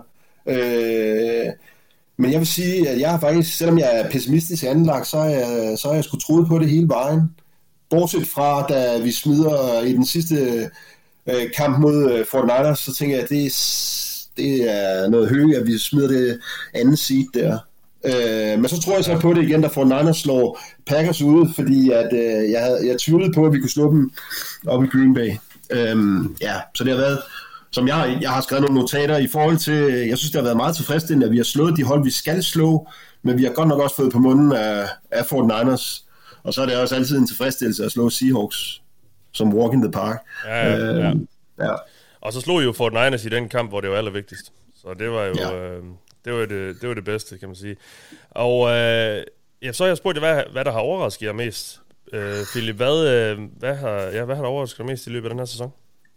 Men jeg vil sige, at jeg har faktisk, selvom jeg er pessimistisk anlagt, så har jeg sgu troet på det hele vejen. Bortset fra, da vi smider i den sidste kamp mod 49ers, så tænker jeg, at det er noget højt, at vi smider det anden seed der. Men så tror jeg så på det igen, da 49ers slår Packers ude, fordi at, jeg tvivlede på, at vi kunne slå dem op i Green Bay. Så det har været, som jeg har skrevet nogle notater i forhold til, jeg synes, det har været meget tilfredsstillende, at vi har slået de hold, vi skal slå, men vi har godt nok også fået på munden af 49ers. Og så er det også altid en tilfredsstillelse at slå Seahawks som walk in the park. Ja. Og så slog I jo 49ers i den kamp, hvor det var allervigtigst. Så det var jo det var det bedste, kan man sige. Og så har jeg spurgt jer, hvad der har overrasket jer mest. Philip, hvad har overrasket jer mest i løbet af den her sæson?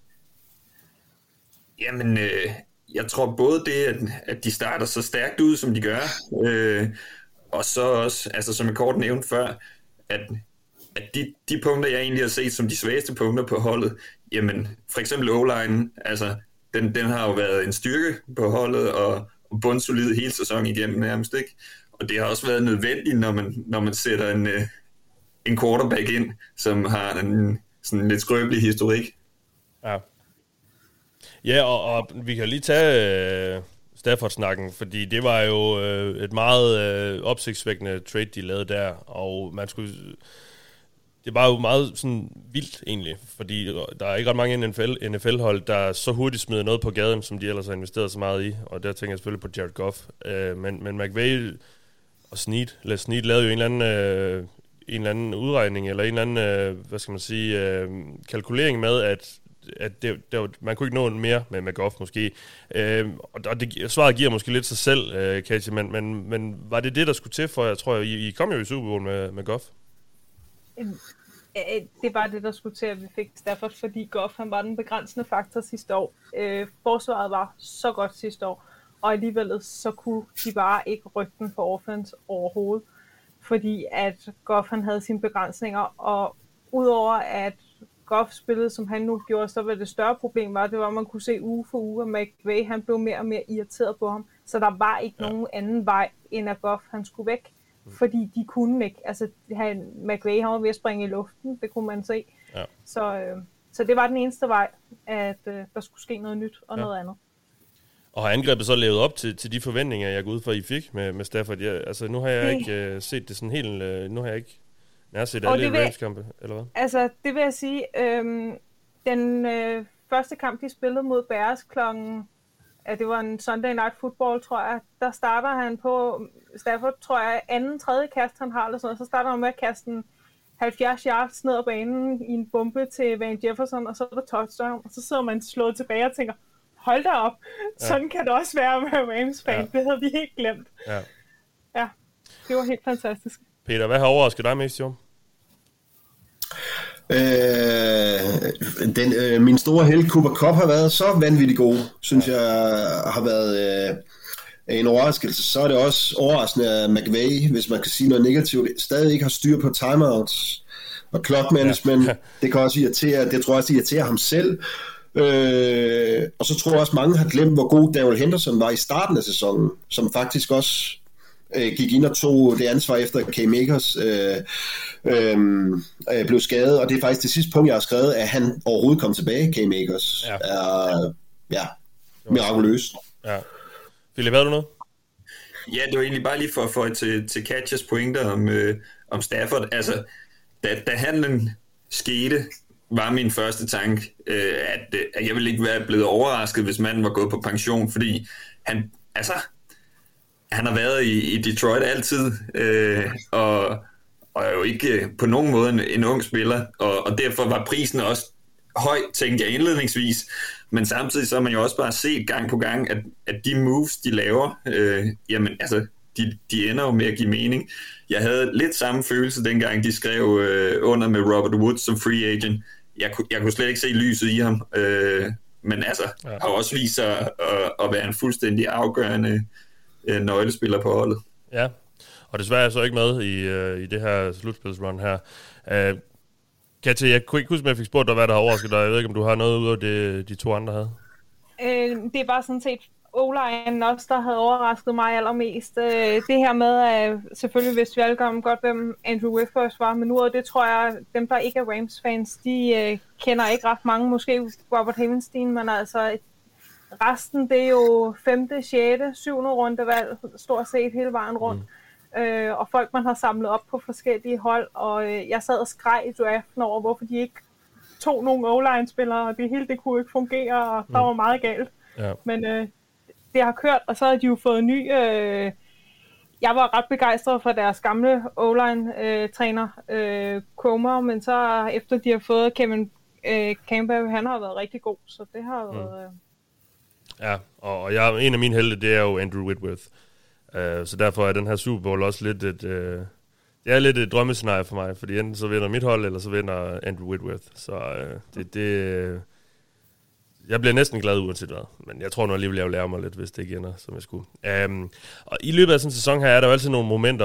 Jamen, jeg tror både det, at de starter så stærkt ud, som de gør, og så også, altså som jeg kort nævnte før, at de punkter, jeg egentlig har set som de svageste punkter på holdet, jamen, for eksempel O-line, altså, den har jo været en styrke på holdet, og bundsolid hele sæsonen igennem nærmest, ikke? Og det har også været nødvendigt, når man sætter en quarterback ind, som har en sådan lidt skrøbelig historik. Ja. Ja, og vi kan lige tage Stafford-snakken, fordi det var jo et meget opsigtsvækkende trade, de lavede der, og det var jo meget sådan vildt egentlig, fordi der er ikke ret mange NFL-hold, der så hurtigt smider noget på gaden, som de ellers har investeret så meget i, og der tænker jeg selvfølgelig på Jared Goff. Men McVay og Les Snead lavede jo en eller anden udregning, eller en eller anden, kalkulering med, at man kunne ikke nå mere med Goff måske. Og svaret giver måske lidt sig selv, Katie, men var det der skulle til for, jeg tror, I kom jo i Super Bowl med Goff? Det var det, der skulle til, at vi fik Stafford, fordi Goff han var den begrænsende faktor sidste år. Forsvaret var så godt sidste år, og alligevel så kunne de bare ikke rykke den på offense overhovedet, fordi at Goff han havde sine begrænsninger, og udover at Goff spillede, som han nu gjorde, så var det større problem, det var, at man kunne se uge for uge, at McVay han blev mere og mere irriteret på ham, så der var ikke nogen anden vej, end at Goff han skulle væk. Fordi de kunne ikke. Altså, McVay var ved at springe i luften, det kunne man se. Ja. Så det var den eneste vej, at der skulle ske noget nyt og noget andet. Og har angrebet så levet op til de forventninger, jeg går ud fra, I fik med Stafford? Altså, nu har jeg ikke set det sådan helt... Nu har jeg ikke set alle Rams-kampe, eller hvad? Altså, det vil jeg sige. Den første kamp, de spillede mod Bears klokken... det var en Sunday Night Football, tror jeg. Der starter han på Stafford, tror jeg, tredje kast, han har, eller sådan noget. Så starter han med at kaste en 70 yards ned ad banen i en bombe til Van Jefferson, og så er der touchdown, og så sidder man slået tilbage og tænker, hold da op, sådan kan det også være med Rams-fan. Det havde vi helt glemt. Ja, det var helt fantastisk. Peter, hvad har overrasket dig mest i år? Min store held Cooper Kupp har været så vanvittigt god, synes jeg har været en overraskelse. Så er det også overraskende, at McVay, hvis man kan sige noget negativt, stadig ikke har styr på timeouts og clock management. Det kan også irritere, det tror jeg også irriterer ham selv. Og så tror jeg også, mange har glemt, hvor god Darrell Henderson var i starten af sæsonen, som faktisk også gik ind og tog det ansvar efter K-Makers blev skadet, og det er faktisk det sidste punkt, jeg har skrevet, at han overhovedet kom tilbage, K-Makers. Ja, mirakuløst. Ja. Philip, havde du noget? Ja, det var egentlig bare lige for at få til Katjas pointer om Stafford. Altså, da handlen skete, var min første tanke, at jeg ville ikke være blevet overrasket, hvis manden var gået på pension, fordi han har været i Detroit altid, og er jo ikke på nogen måde en ung spiller, og derfor var prisen også høj, tænkte jeg indledningsvis, men samtidig så har man jo også bare set gang på gang, at de moves, de laver, jamen altså, de ender jo med at give mening. Jeg havde lidt samme følelse, dengang de skrev under med Robert Woods som free agent. Jeg kunne slet ikke se lyset i ham, men altså, har også vist sig at være en fuldstændig afgørende nøglespiller på holdet. Ja, og desværre er jeg så ikke med i det her slutspilsrun her. Katja, jeg kunne ikke huske, at jeg fik spurgt dig, hvad der har overrasket dig. Jeg ved ikke, om du har noget ud af det, de to andre havde. Det var sådan set O-line også, der havde overrasket mig allermest. Det her med, at selvfølgelig vidste vi alle godt, hvem Andrew Whitworth var, men nu det tror jeg, dem der ikke er Rams-fans, de kender ikke ret mange, måske Robert Havenstein, men altså resten, det er jo 5., 6., 7. rundevalg, stort set hele vejen rundt. Og folk, man har samlet op på forskellige hold, og jeg sad og skreg i draften over, hvorfor de ikke tog nogle O-line-spillere, og det hele det kunne ikke fungere, og der var meget galt. Ja. Men det har kørt, og så har de jo fået ny... jeg var ret begejstret for deres gamle O-line-træner, Comer, men så efter de har fået Kevin Campbell, han har været rigtig god, så det har været... Ja, og en af mine helte, det er jo Andrew Whitworth. Så derfor er den her Super Bowl også lidt et drømmescenarie for mig, fordi enten så vinder mit hold, eller så vinder Andrew Whitworth. Så jeg bliver næsten glad uanset hvad, men jeg tror nu alligevel, jeg vil lære mig lidt, hvis det ikke ender, som jeg skulle. Og i løbet af sådan en sæson her, er der jo altid nogle momenter,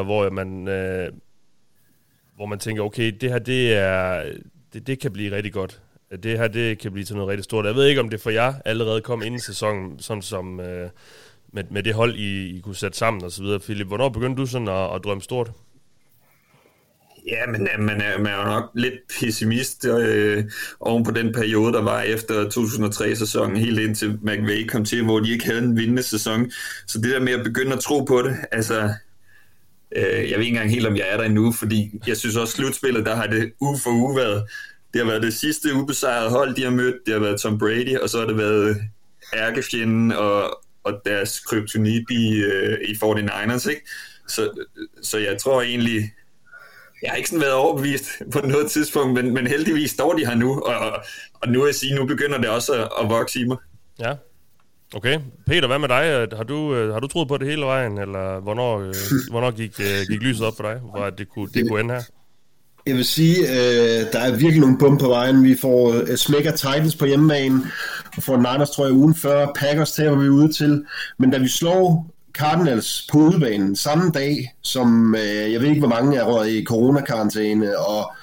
hvor man tænker, okay, det her, det kan blive rigtig godt. Det her, det kan blive til noget rigtig stort. Jeg ved ikke, om det for jer allerede kom inden sæsonen, sådan som med det hold, I kunne sætte sammen og så videre. Philip, hvornår begyndte du sådan at drømme stort? Ja, men man er jo nok lidt pessimist oven på den periode, der var efter 2003-sæsonen, helt indtil McVay kom til, hvor de ikke havde en vindende sæson. Så det der med at begynde at tro på det, altså, jeg ved ikke engang helt, om jeg er der endnu, fordi jeg synes også, slutspillet, der har det uge for uge været. Det har været det sidste ubesejrede hold, de har mødt. Det har været Tom Brady, og så har det været ærkefjenden og deres kryptonit i 49ers, ikke? Så jeg tror egentlig, jeg har ikke sådan været overbevist på noget tidspunkt, men heldigvis står de her nu, og nu vil jeg sige, nu begynder det også at vokse i mig. Ja, okay. Peter, hvad med dig? Har du troet på det hele vejen, eller hvornår gik lyset op for dig, hvor det kunne ende her? Jeg vil sige, der er virkelig nogle bump på vejen. Vi får smækker Titans på hjemmebane, og får Niners, tror jeg, ugen før. Packers taber vi ude til. Men da vi slår Cardinals på udebanen samme dag, som jeg ved ikke, hvor mange er røget i coronakarantæne,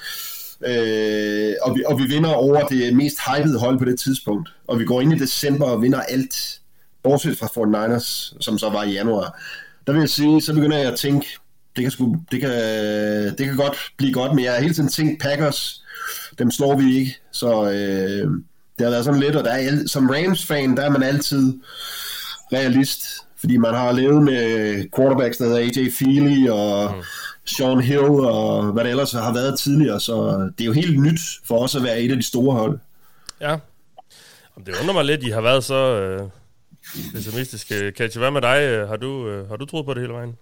og vi vinder over det mest hypede hold på det tidspunkt. Og vi går ind i december og vinder alt, bortset fra 49ers, som så var i januar. Der vil jeg sige, så begynder jeg at tænke, det kan godt blive godt, men jeg har hele tiden tænkt, Packers, dem slår vi ikke, så det har været sådan lidt, og som Rams-fan, der er man altid realist, fordi man har levet med quarterbacks, der hedder AJ Feely og Sean Hill, og hvad det ellers har været tidligere, så det er jo helt nyt for os at være et af de store hold. Ja, det undrer mig lidt, I har været så pessimistiske. Katja, hvad med dig? Har du troet på det hele vejen?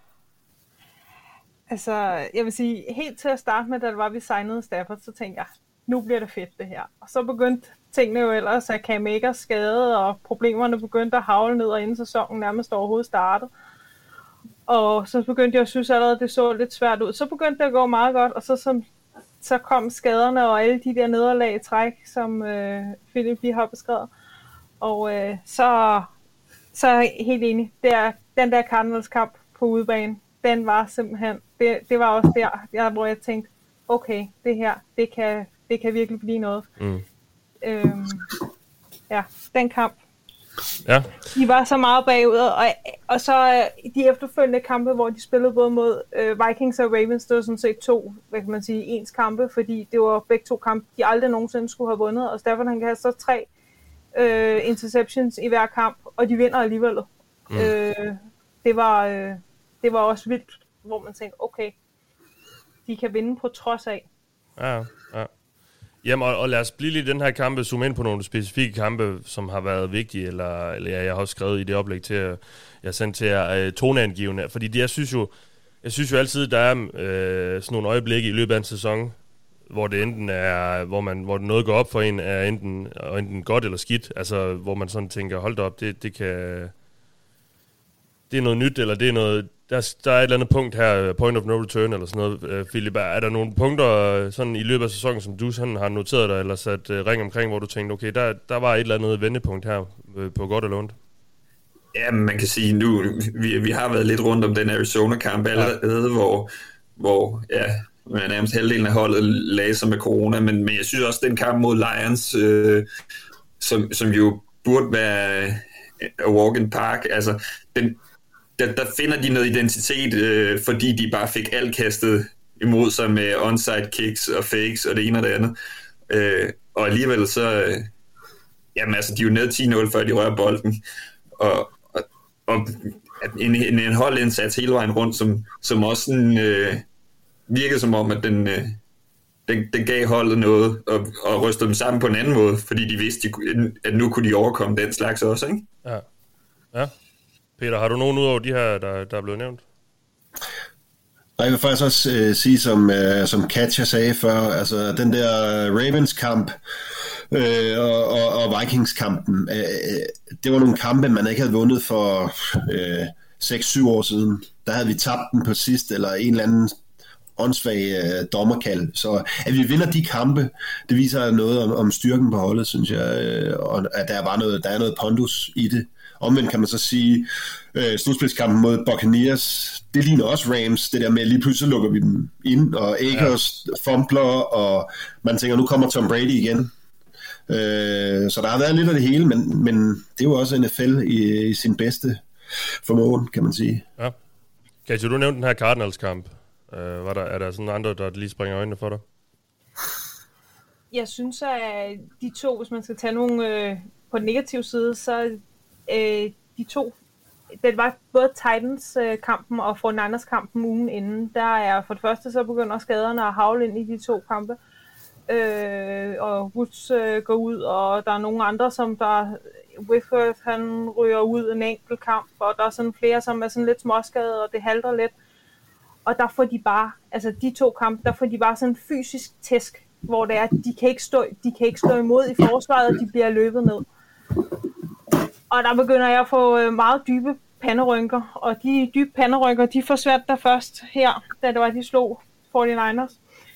Altså, jeg vil sige, helt til at starte med, da det var, vi signede Stafford, så tænkte jeg, nu bliver det fedt det her. Og så begyndte tingene jo ellers at Cam Akers skade, og problemerne begyndte at havle ned, og inden sæsonen nærmest overhovedet startede. Og så begyndte jeg at synes allerede, det så lidt svært ud. Så begyndte det at gå meget godt, og så kom skaderne og alle de der nederlag i træk, som Philip lige har beskrevet. Og så er helt enig, den der Cardinals kamp på udebane, den var simpelthen, det var også der, hvor jeg tænkte, okay, det her, det kan virkelig blive noget. Ja, den kamp. Ja. De var så meget bagud, og så de efterfølgende kampe, hvor de spillede både mod Vikings og Ravens, det var sådan set 2, hvad kan man sige, ens kampe, fordi det var begge 2 kampe, de aldrig nogensinde skulle have vundet, og Stafford han kan have så 3 interceptions i hver kamp, og de vinder alligevel. Det var også vildt, hvor man tænkte, okay, de kan vinde på trods af. Ja. Jamen, og lad os blive lidt i den her kampe, zoome ind på nogle specifikke kampe, som har været vigtige, eller jeg har også skrevet i det oplæg til, jeg sendte til jer, toneangivende, fordi jeg synes jo altid, der er sådan nogle øjeblikke i løbet af en sæson, hvor det enten er, hvor noget går op for en, er enten godt eller skidt, altså hvor man sådan tænker, hold da op, det er noget nyt, eller det er noget, der er et eller andet punkt her, point of no return, eller sådan noget, Philip. Er der nogle punkter sådan i løbet af sæsonen, som du sådan har noteret dig, eller sat ring omkring, hvor du tænkte, okay, der var et eller andet vendepunkt her, på godt eller ondt? Ja, man kan sige, nu, vi har været lidt rundt om den Arizona-kamp allerede, hvor man nærmest halvdelen af holdet lagde sig med corona, men jeg synes også, den kamp mod Lions, som jo burde være a walk in park, altså, der finder de noget identitet, fordi de bare fik alt kastet imod sig med onside kicks og fakes og det ene og det andet. Og alligevel så, jamen altså, de er jo nede 10-0, før de rører bolden. Og en holdindsats hele vejen rundt, som også sådan, virkede som om, at den gav holdet noget, og rystede dem sammen på en anden måde, fordi de vidste, at nu kunne de overkomme den slags også, ikke? Ja. Peter, har du nogen ud over de her, der er blevet nævnt? Jeg vil faktisk også sige, som Katja sagde før, altså den der Ravens-kamp og Vikings-kampen, det var nogle kampe, man ikke havde vundet for 6-7 år siden. Der havde vi tabt den på sidst, eller en eller anden åndssvag dommerkald. Så at vi vinder de kampe, det viser noget om styrken på holdet, synes jeg, og at der er noget pondus i det. Omvendt kan man så sige, slutspilskampen mod Buccaneers, det ligner også Rams, det der med, lige pludselig lukker vi dem ind, og Akers fumbler, og man tænker, nu kommer Tom Brady igen. Så der har været lidt af det hele, men det er jo også NFL i sin bedste formåen, kan man sige. Ja. Katja, du nævnte den her Cardinals-kamp. Er der sådan andre, der lige springer øjnene for dig? Jeg synes, at de 2, hvis man skal tage nogle på den negative side, så de 2, det var både Titans-kampen og 49ers-kampen ugen inden. Der er for det første, så begynder skaderne at havle ind i de 2 kampe. Og Woods går ud, og der er nogle andre, som der... Whitworth, han ryger ud en enkelt kamp, og der er sådan flere, som er sådan lidt småskadet, og det halter lidt. Og der får de bare, altså de 2 kampe, der får de bare sådan en fysisk tæsk, hvor det er, at de kan ikke stå imod i forsvaret, og de bliver løbet ned. Og der begynder jeg at få meget dybe panderynker, og de dybe panderynker, de forsvandt der først her, da det var, de slog 49ers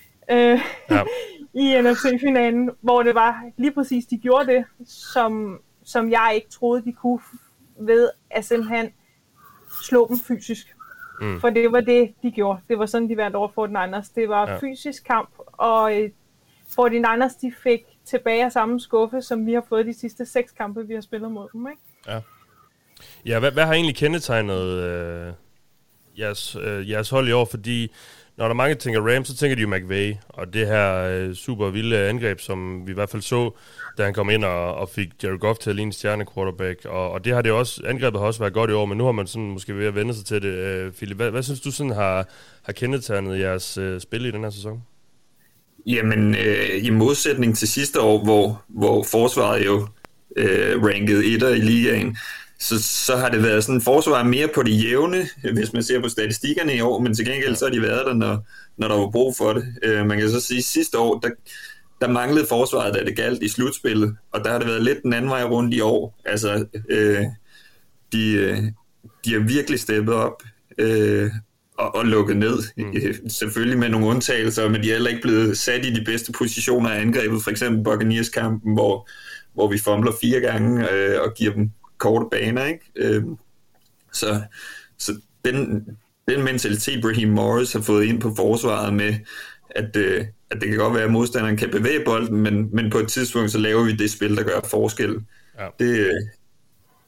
i NFC-finalen, hvor det var lige præcis, de gjorde det, som jeg ikke troede, de kunne, ved at simpelthen slå dem fysisk. For det var det, de gjorde. Det var sådan, de vandt over 49ers. Det var fysisk kamp, og 49ers, de fik tilbage af samme skuffe, som vi har fået de sidste 6 kampe, vi har spillet mod dem, ikke? Ja, hvad har egentlig kendetegnet jeres hold i år? Fordi når der mange tænker Rams, så tænker de jo McVay, og det her super vilde angreb, som vi i hvert fald så, da han kom ind og fik Jared Goff til at ligne stjerne quarterback, og det har det også, angrebet har også været godt i år, men nu har man sådan måske ved at vende sig til det. Philip, hvad synes du sådan har kendetegnet jeres spil i den her sæson? Jamen, i modsætning til sidste år, hvor forsvaret jo rankede 1'er i ligaen, så har det været sådan en forsvar mere på det jævne, hvis man ser på statistikkerne i år, men til gengæld så har de været der, når der var brug for det. Man kan så sige, at sidste år, der manglede forsvaret, da det galt i slutspillet, og der har det været lidt den anden vej rundt i år. Altså, de har virkelig steppet op og lukket ned. Selvfølgelig med nogle undtagelser, men de er heller ikke blevet sat i de bedste positioner af angrebet. For eksempel Buccaneers-kampen, hvor vi fumbler 4 gange og giver dem korte baner, ikke? Så den mentalitet, Raheem Morris har fået ind på forsvaret med, at det kan godt være, at modstanderen kan bevæge bolden, men på et tidspunkt, så laver vi det spil, der gør forskel. Ja.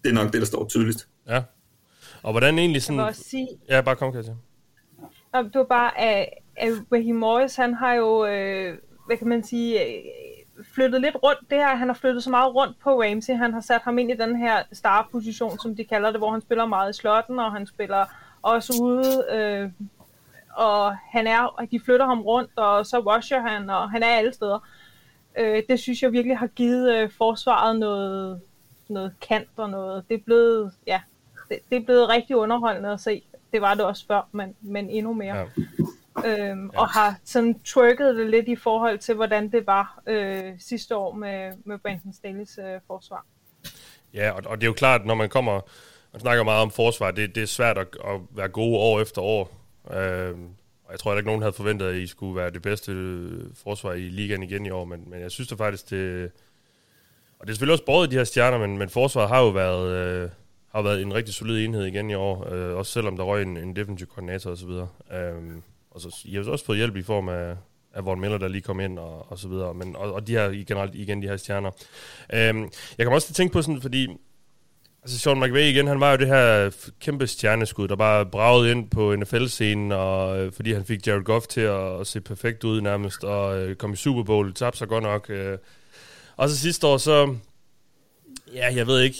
Det er nok det, der står tydeligst. Ja. Og hvordan egentlig sådan... Jeg vil også sige... Ja, bare kom, Katja. Det var bare, at Raheem Morris, han har jo, hvad kan man sige, flyttet lidt rundt. Han har flyttet så meget rundt på Ramsey. Han har sat ham ind i den her star-position, som de kalder det, hvor han spiller meget i slotten, og han spiller også ude, og de flytter ham rundt, og så rusher han, og han er alle steder. Det synes jeg virkelig har givet forsvaret noget kant og noget. Det er blevet, det er blevet rigtig underholdende at se. Det var det også før, men endnu mere. Ja. Og har sådan trykket det lidt i forhold til, hvordan det var sidste år med Brandon Staley's forsvar. Ja, og det er jo klart, når man snakker meget om forsvar, det er svært at være gode år efter år. Og jeg tror heller ikke, nogen havde forventet, at I skulle være det bedste forsvar i ligaen igen i år, men jeg synes da faktisk, det... Og det er selvfølgelig også båret de her stjerner, men forsvaret har jo været en rigtig solid enhed igen i år, også selvom der røg en defensive koordinator og så videre. Og så I har også fået hjælp i form af Von Miller, der lige kom ind og så videre, men og de her generelt igen de her stjerner. Jeg kan også tænke på sådan, fordi altså Sean McVay igen, han var jo det her kæmpe stjerneskud, der bare bragede ind på NFL-scenen, og fordi han fik Jared Goff til at se perfekt ud nærmest, og kom i Super Bowl, tabte sig godt nok. Og så sidste år, så ja, jeg ved ikke,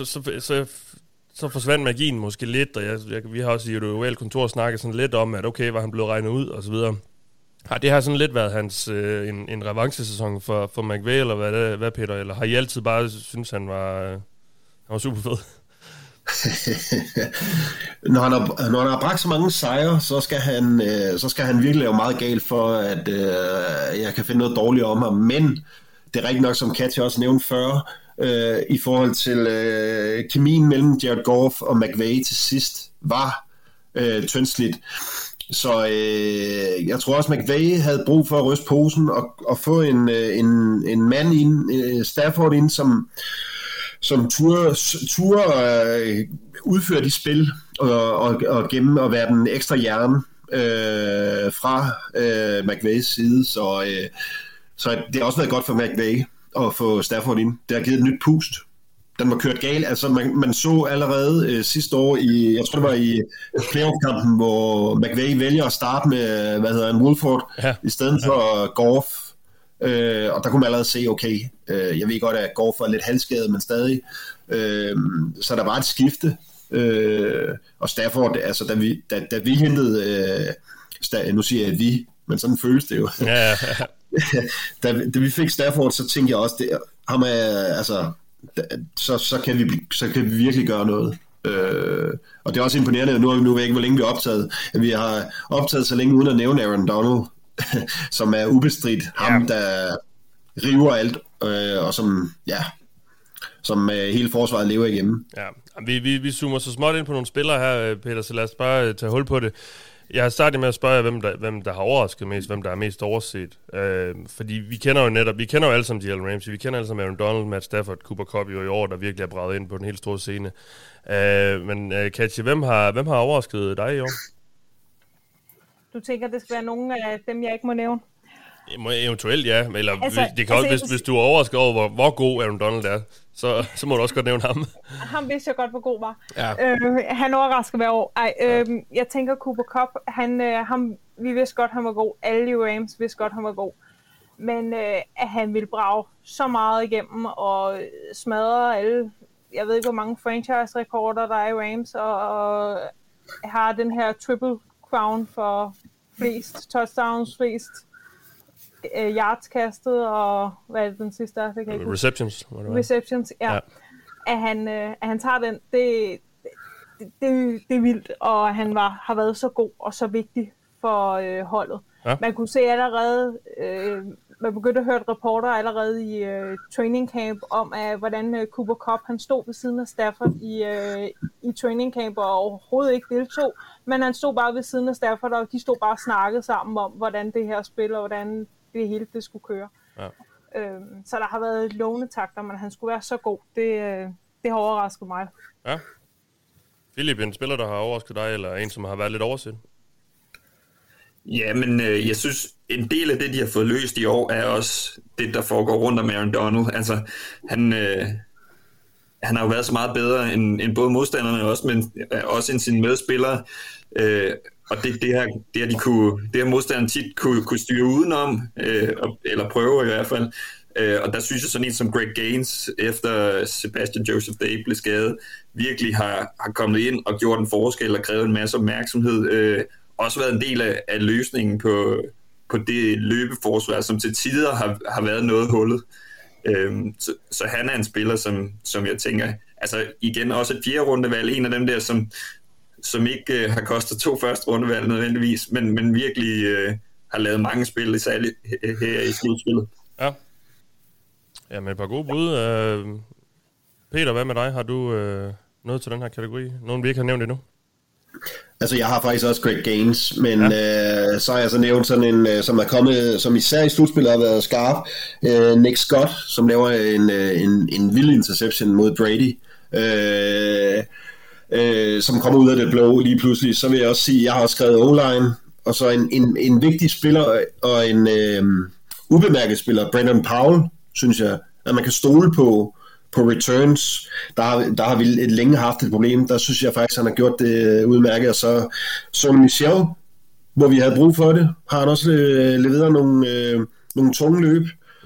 så forsvandt magien måske lidt, og vi har også i det ovale kontor snakket sådan lidt om, at okay, var han blevet regnet ud, og så videre. Har det her sådan lidt været hans en revanchesæson for McVay, eller hvad Peter? Eller har I altid bare synes han var super fed? Når han har bragt så mange sejre, så skal han virkelig lave meget galt for, at jeg kan finde noget dårligt om ham. Men det er rigtig nok, som Katja også nævnte før, i forhold til kemien mellem Jared Goff og McVay til sidst var tyndsligt. Så jeg tror også, McVay havde brug for at ryste posen og få en mand ind, Stafford ind, som turde udføre de spil og gemme og være den ekstra hjerne fra McVays side. Så det har også været godt for McVay at få Stafford ind. Det har givet et nyt pust. Den var kørt galt. Altså man så allerede sidste år jeg tror det var i playoff-kampen, hvor McVay vælger at starte med, Wolford, i stedet for Goff. Og der kunne man allerede se, okay, jeg ved godt, at Goff var lidt halvskadet, men stadig. Så der var et skifte. Og Stafford, altså da vi hentede, nu siger jeg vi, men sådan føles det jo. Ja. Da vi fik Stafford, så tænkte jeg også, så kan vi virkelig gøre noget. Og det er også imponerende, nu ved jeg ikke, hvor længe vi har optaget. Vi har optaget så længe uden at nævne Aaron Donald, som er ubestridt ham, der river alt, og som hele forsvaret lever igennem. Ja, vi zoomer så småt ind på nogle spillere her, Peter, så lad os bare tage hul på det. Jeg har startet med at spørge jer, hvem der har overrasket mest, hvem der er mest overset. Fordi vi kender jo alle sammen Jalen Ramsey, vi kender alle sammen Aaron Donald, Matt Stafford, Cooper Kupp jo i år, der virkelig er braget ind på den helt store scene. Men Katja, hvem har overrasket dig i år? Du tænker, det skal være nogen af dem, jeg ikke må nævne? Eventuelt, ja. Eller det kan også, hvis du er overrasket over, hvor god Aaron Donald er, så må du også godt nævne ham. Ham vidste jeg godt, hvor god var. Ja. Han overrasker hver år. Jeg tænker Cooper Kupp, vi vidste godt, han var god. Alle i Rams vidste godt, han var god. Men at han ville brage så meget igennem og smadre alle, jeg ved ikke, hvor mange franchise-rekorder der er i Rams, og har den her triple crown for flest touchdowns, flest yards kastet, og hvad er det den sidste er? Receptions. Receptions, ja. At han tager den, det er vildt, og han har været så god og så vigtig for holdet. Ja. Man kunne se allerede, man begyndte at høre reporter allerede i training camp om, hvordan Cooper Kupp, han stod ved siden af Stafford i training camp og overhovedet ikke deltog, men han stod bare ved siden af Stafford, og de stod bare og snakkede sammen om, hvordan det her spil, og hvordan det hele det skulle køre. Ja. Så der har været lovende takter, men han skulle være så god. Det har overrasket mig. Ja. Philip, en spiller, der har overrasket dig, eller en, som har været lidt overset? Ja, men jeg synes, en del af det, de har fået løst i år, er også det, der foregår rundt om Aaron Donald. Altså, han har jo været så meget bedre end både modstanderne også end sine medspillere. Og det her modstanderne tit kunne styre udenom, eller prøve i hvert fald. Og der synes jeg sådan en som Greg Gaines, efter Sebastian Joseph Day blev skadet, virkelig har kommet ind og gjort en forskel og krævet en masse opmærksomhed. Også været en del af løsningen på det løbeforsvar, som til tider har været noget hullet. Så han er en spiller, som jeg tænker, altså igen også et 4. rundevalg, en af dem der, som ikke har kostet 2 første rundevalg nødvendigvis, men virkelig har lavet mange spil, særligt her i slutspillet. Ja. Ja, med et par gode bud. Peter, hvad med dig? Har du noget til den her kategori? Nogen, vi ikke har nævnt endnu? Altså, jeg har faktisk også Greg Gaines, men så har jeg så nævnt sådan en, som er kommet, som især i slutspillet har været skarp, Nick Scott, som laver en vild interception mod Brady, som kommer ud af det blå lige pludselig. Så vil jeg også sige, at jeg har også skrevet O-line, og så en vigtig spiller og en ubemærket spiller, Brandon Powell, synes jeg, at man kan stole på returns. Der har vi længe haft et problem. Der synes jeg faktisk, han har gjort det udmærket. Og så Sonny Michel, hvor vi havde brug for det, har han også leveret nogle tunge løb.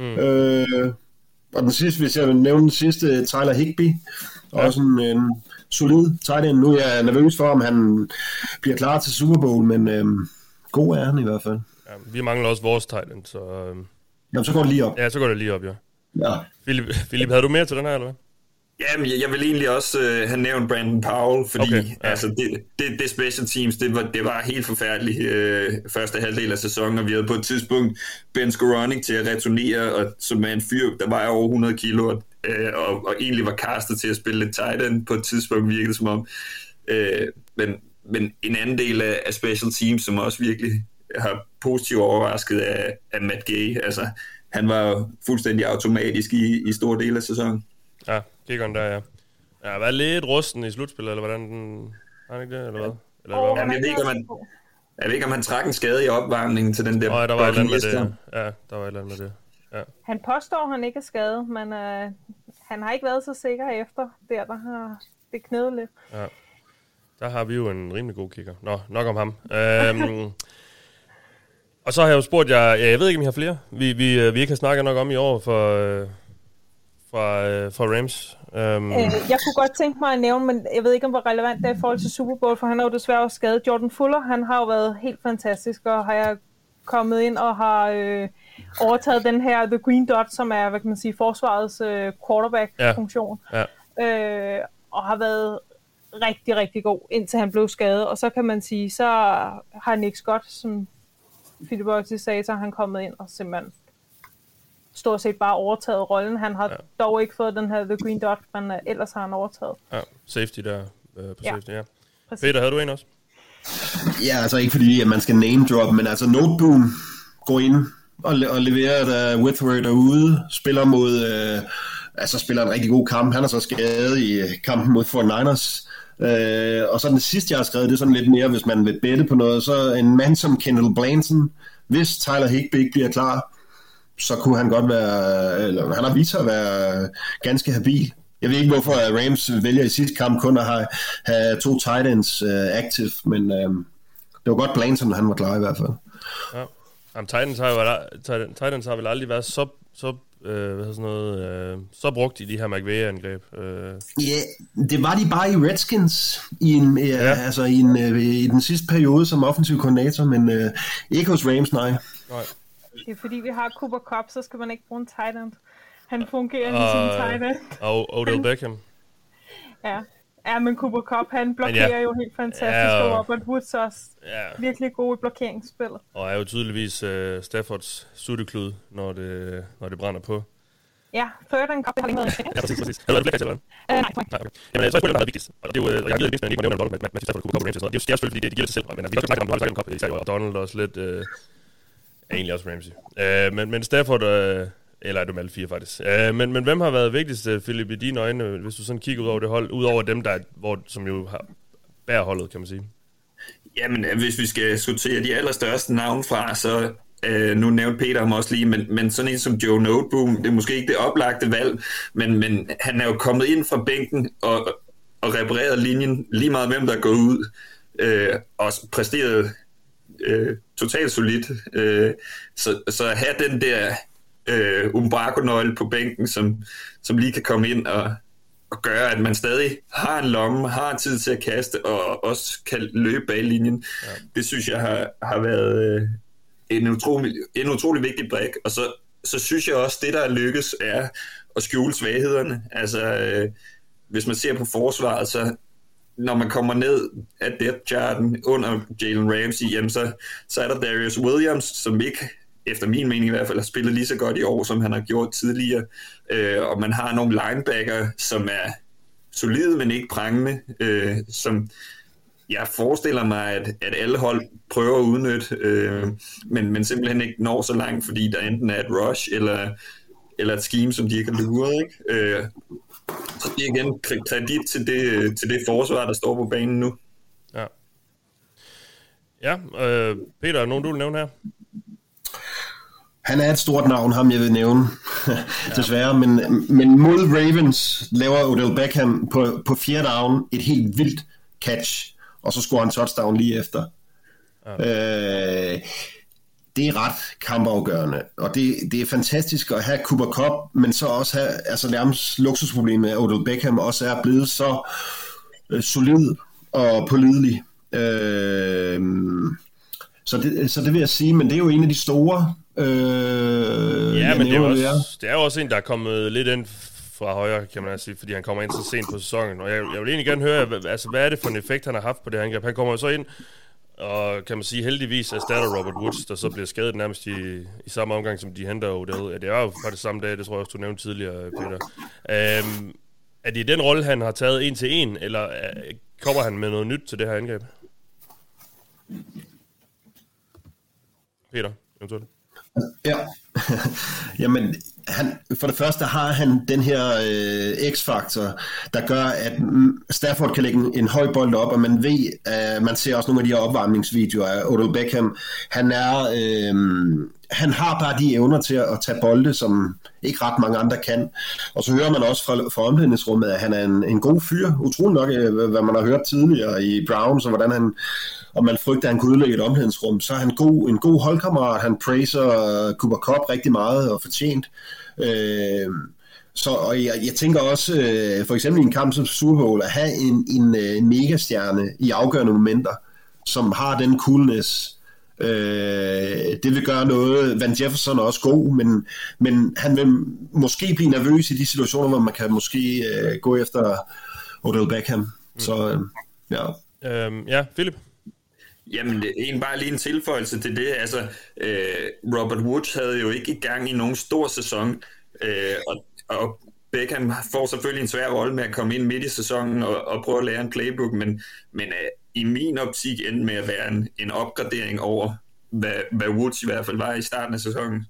Og den sidste, hvis jeg vil nævne den sidste, Tyler Higbee, også en solid tight end. Nu er jeg nervøs for, om han bliver klar til Super Bowl, men god er han i hvert fald. Ja, vi mangler også vores tight end, så... Jamen, så går det lige op. Ja, så går det lige op, ja. Ja. Philip, havde du mere til den her, eller hvad? Jamen, jeg vil egentlig også have nævnt Brandon Powell, fordi altså, det special teams, det var helt forfærdeligt første halvdel af sæsonen, og vi havde på et tidspunkt Ben Skoranek til at returnere, og som er en fyr, der var over 100 kilo, og egentlig var castet til at spille lidt tight end på et tidspunkt, virkede som om. Men en anden del af special teams, som også virkelig har positivt overrasket af Matt Gay, altså han var jo fuldstændig automatisk i store dele af sæsonen. Ja, kiggeren der, ja. Ja, var lidt rusten i slutspillet, eller hvordan den... Har han ikke det, eller hvad? Eller jeg ved ikke, om han trak en skade i opvarmningen til den der... Nej, der var et eller andet med det. Ja, der var et eller andet med det. Ja. Han påstår, han ikke er skadet, men han har ikke været så sikker efter. Der har det knædet lidt. Ja. Der har vi jo en rimelig god kigger. Nå, nok om ham. Og så har jeg jo spurgt jer, jeg ved ikke, om I har flere, vi ikke har snakket nok om i år for Rams. Jeg kunne godt tænke mig at nævne, men jeg ved ikke, om hvor relevant det er i forhold til Super Bowl, for han er jo desværre også skadet. Jordan Fuller, han har jo været helt fantastisk, og har jeg kommet ind og har overtaget den her The Green Dot, som er, hvad kan man sige, forsvarets quarterback-funktion. Ja. Og har været rigtig, rigtig god, indtil han blev skadet. Og så kan man sige, så har Nick Scott, som Philip også sagde, så har han kommet ind og simpelthen stort set bare overtaget rollen. Han har dog ikke fået den her The Green Dot, men ellers har han overtaget. Ja, safety der på safety, ja. Peter, havde du en også? Ja, altså ikke fordi, at man skal name drop, men altså Noteboom går ind og leverer der Whitworth derude, spiller mod, spiller en rigtig god kamp. Han er så skadet i kampen mod 49ers. Og så den sidste, jeg har skrevet, det er sådan lidt mere, hvis man vil bette på noget, så en mand som Kendall Blanton, hvis Tyler Higbee ikke bliver klar, så kunne han godt være, eller han har vist sig at være ganske habil. Jeg ved ikke, hvorfor Rams vælger i sidste kamp kun at have 2 tight ends active, men det var godt Blanton, han var klar i hvert fald. Ja. Jamen, Titans har vel aldrig været så brugt i de her McVay-angreb. Ja, det var de bare i Redskins i den sidste periode som offensiv koordinator, men ikke hos Rams, nej. Det er fordi, vi har Cooper Kupp, så skal man ikke bruge en tight end. Han fungerer ligesom tight end. Og Odell Beckham. Ja, men Cooper Kupp, han blokerer jo helt fantastisk, og Robert Woods også virkelig god i blokeringsspillet. Og er jo tydeligvis Staffords sutteklud, når det brænder på. Ja, third and cup, det har ikke noget. Ja, præcis. Havde du flere til, eller hvad? Nej. Okay. Jamen, så er det vigtigst. Og det er jo, jeg gider ikke nævne en bold, men Stafford kunne komme på Rams. Det er jo selvfølgelig, fordi det giver sig selv. Men vi kan snakke om, du har sagt om især og Donald også lidt, egentlig også Ramsey. Men Stafford, eller er du med alle 4 faktisk. Men hvem har været vigtigst, Philip, i dine øjne, hvis du sådan kigger ud over det hold, ud over dem, som jo har bærer holdet, kan man sige? Jamen, hvis vi skal sortere de allerstørste navne fra, nu nævnte Peter ham også lige, men sådan en som Joe Noteboom, det er måske ikke det oplagte valg, men han er jo kommet ind fra bænken og repareret linjen lige meget, hvem der er gået ud, og præsteret totalt solidt. Så at have den der Umbraco-nøgle på bænken, som lige kan komme ind og gøre, at man stadig har en lomme, har tid til at kaste, og også kan løbe bag linjen. Ja. Det synes jeg har været en utrolig vigtig brik. Og så synes jeg også, det der lykkes, er at skjule svaghederne. Altså, hvis man ser på forsvaret, så når man kommer ned af depth charten under Jalen Ramsey, jamen så er der Darius Williams, som ikke, efter min mening i hvert fald, har spillet lige så godt i år, som han har gjort tidligere. Og man har nogle linebacker, som er solide, men ikke prangende, som jeg forestiller mig, at alle hold prøver at udnytte, men simpelthen ikke når så langt, fordi der enten er et rush, eller et scheme, som de ikke har luret, ikke? Så det er igen kredit til det forsvar, der står på banen nu. Ja. Ja, Peter, er nogen du vil nævne her? Han er et stort navn, ham jeg vil nævne, desværre, men mod Ravens laver Odell Beckham på 4. down et helt vildt catch, og så scorer han touchdown lige efter. Ja. Det er ret kampafgørende, og det er fantastisk at have Cooper Kupp, men så også have altså nærmest luksusproblemet, at Odell Beckham også er blevet så solid og pålidelig. Så det vil jeg sige, men det er jo en af de store. Ja, men det er jo også en, der er kommet lidt ind fra højre, kan man sige, fordi han kommer ind så sent på sæsonen, og jeg vil egentlig gerne høre, hvad er det for en effekt, han har haft på det angreb? Han kommer jo så ind, og kan man sige, heldigvis erstatter Robert Woods, der så bliver skadet nærmest i samme omgang, som de henter Odell. Ja, det er jo fra det samme dag, det tror jeg også, du nævnte tidligere, Peter. Er det den rolle, han har taget 1-1, eller kommer han med noget nyt til det her angreb? Peter, eventuelt. Ja, jamen for det første har han den her X-faktor, der gør, at Stafford kan lægge en høj bold op, og man ved, man ser også nogle af de her opvarmningsvideoer af Odell Beckham. Han har bare de evner til at tage bolde, som ikke ret mange andre kan. Og så hører man også fra omklædningsrummet, at han er en god fyr. Utrolig nok, hvad man har hørt tidligere i Browns, og hvordan han, og man frygter, at han kunne udlægge et omklædningsrum. Så er han en god holdkammerat. Han praiser Cooper Kupp rigtig meget og fortjent. Og jeg tænker også, for eksempel i en kamp som Super Bowl, at have en megastjerne i afgørende momenter, som har den coolness. Det vil gøre noget. Van Jefferson er også god, men han vil måske blive nervøs i de situationer, hvor man kan måske gå efter Odell Beckham. Så ja. Ja, Philip? Jamen, det er bare lige en tilføjelse til det. Altså, Robert Woods havde jo ikke i gang i nogen stor sæson, og Beckham får selvfølgelig en svær rolle med at komme ind midt i sæsonen og prøve at lære en playbook, men i min optik endte med at være en opgradering over, hvad Woods i hvert fald var i starten af sæsonen.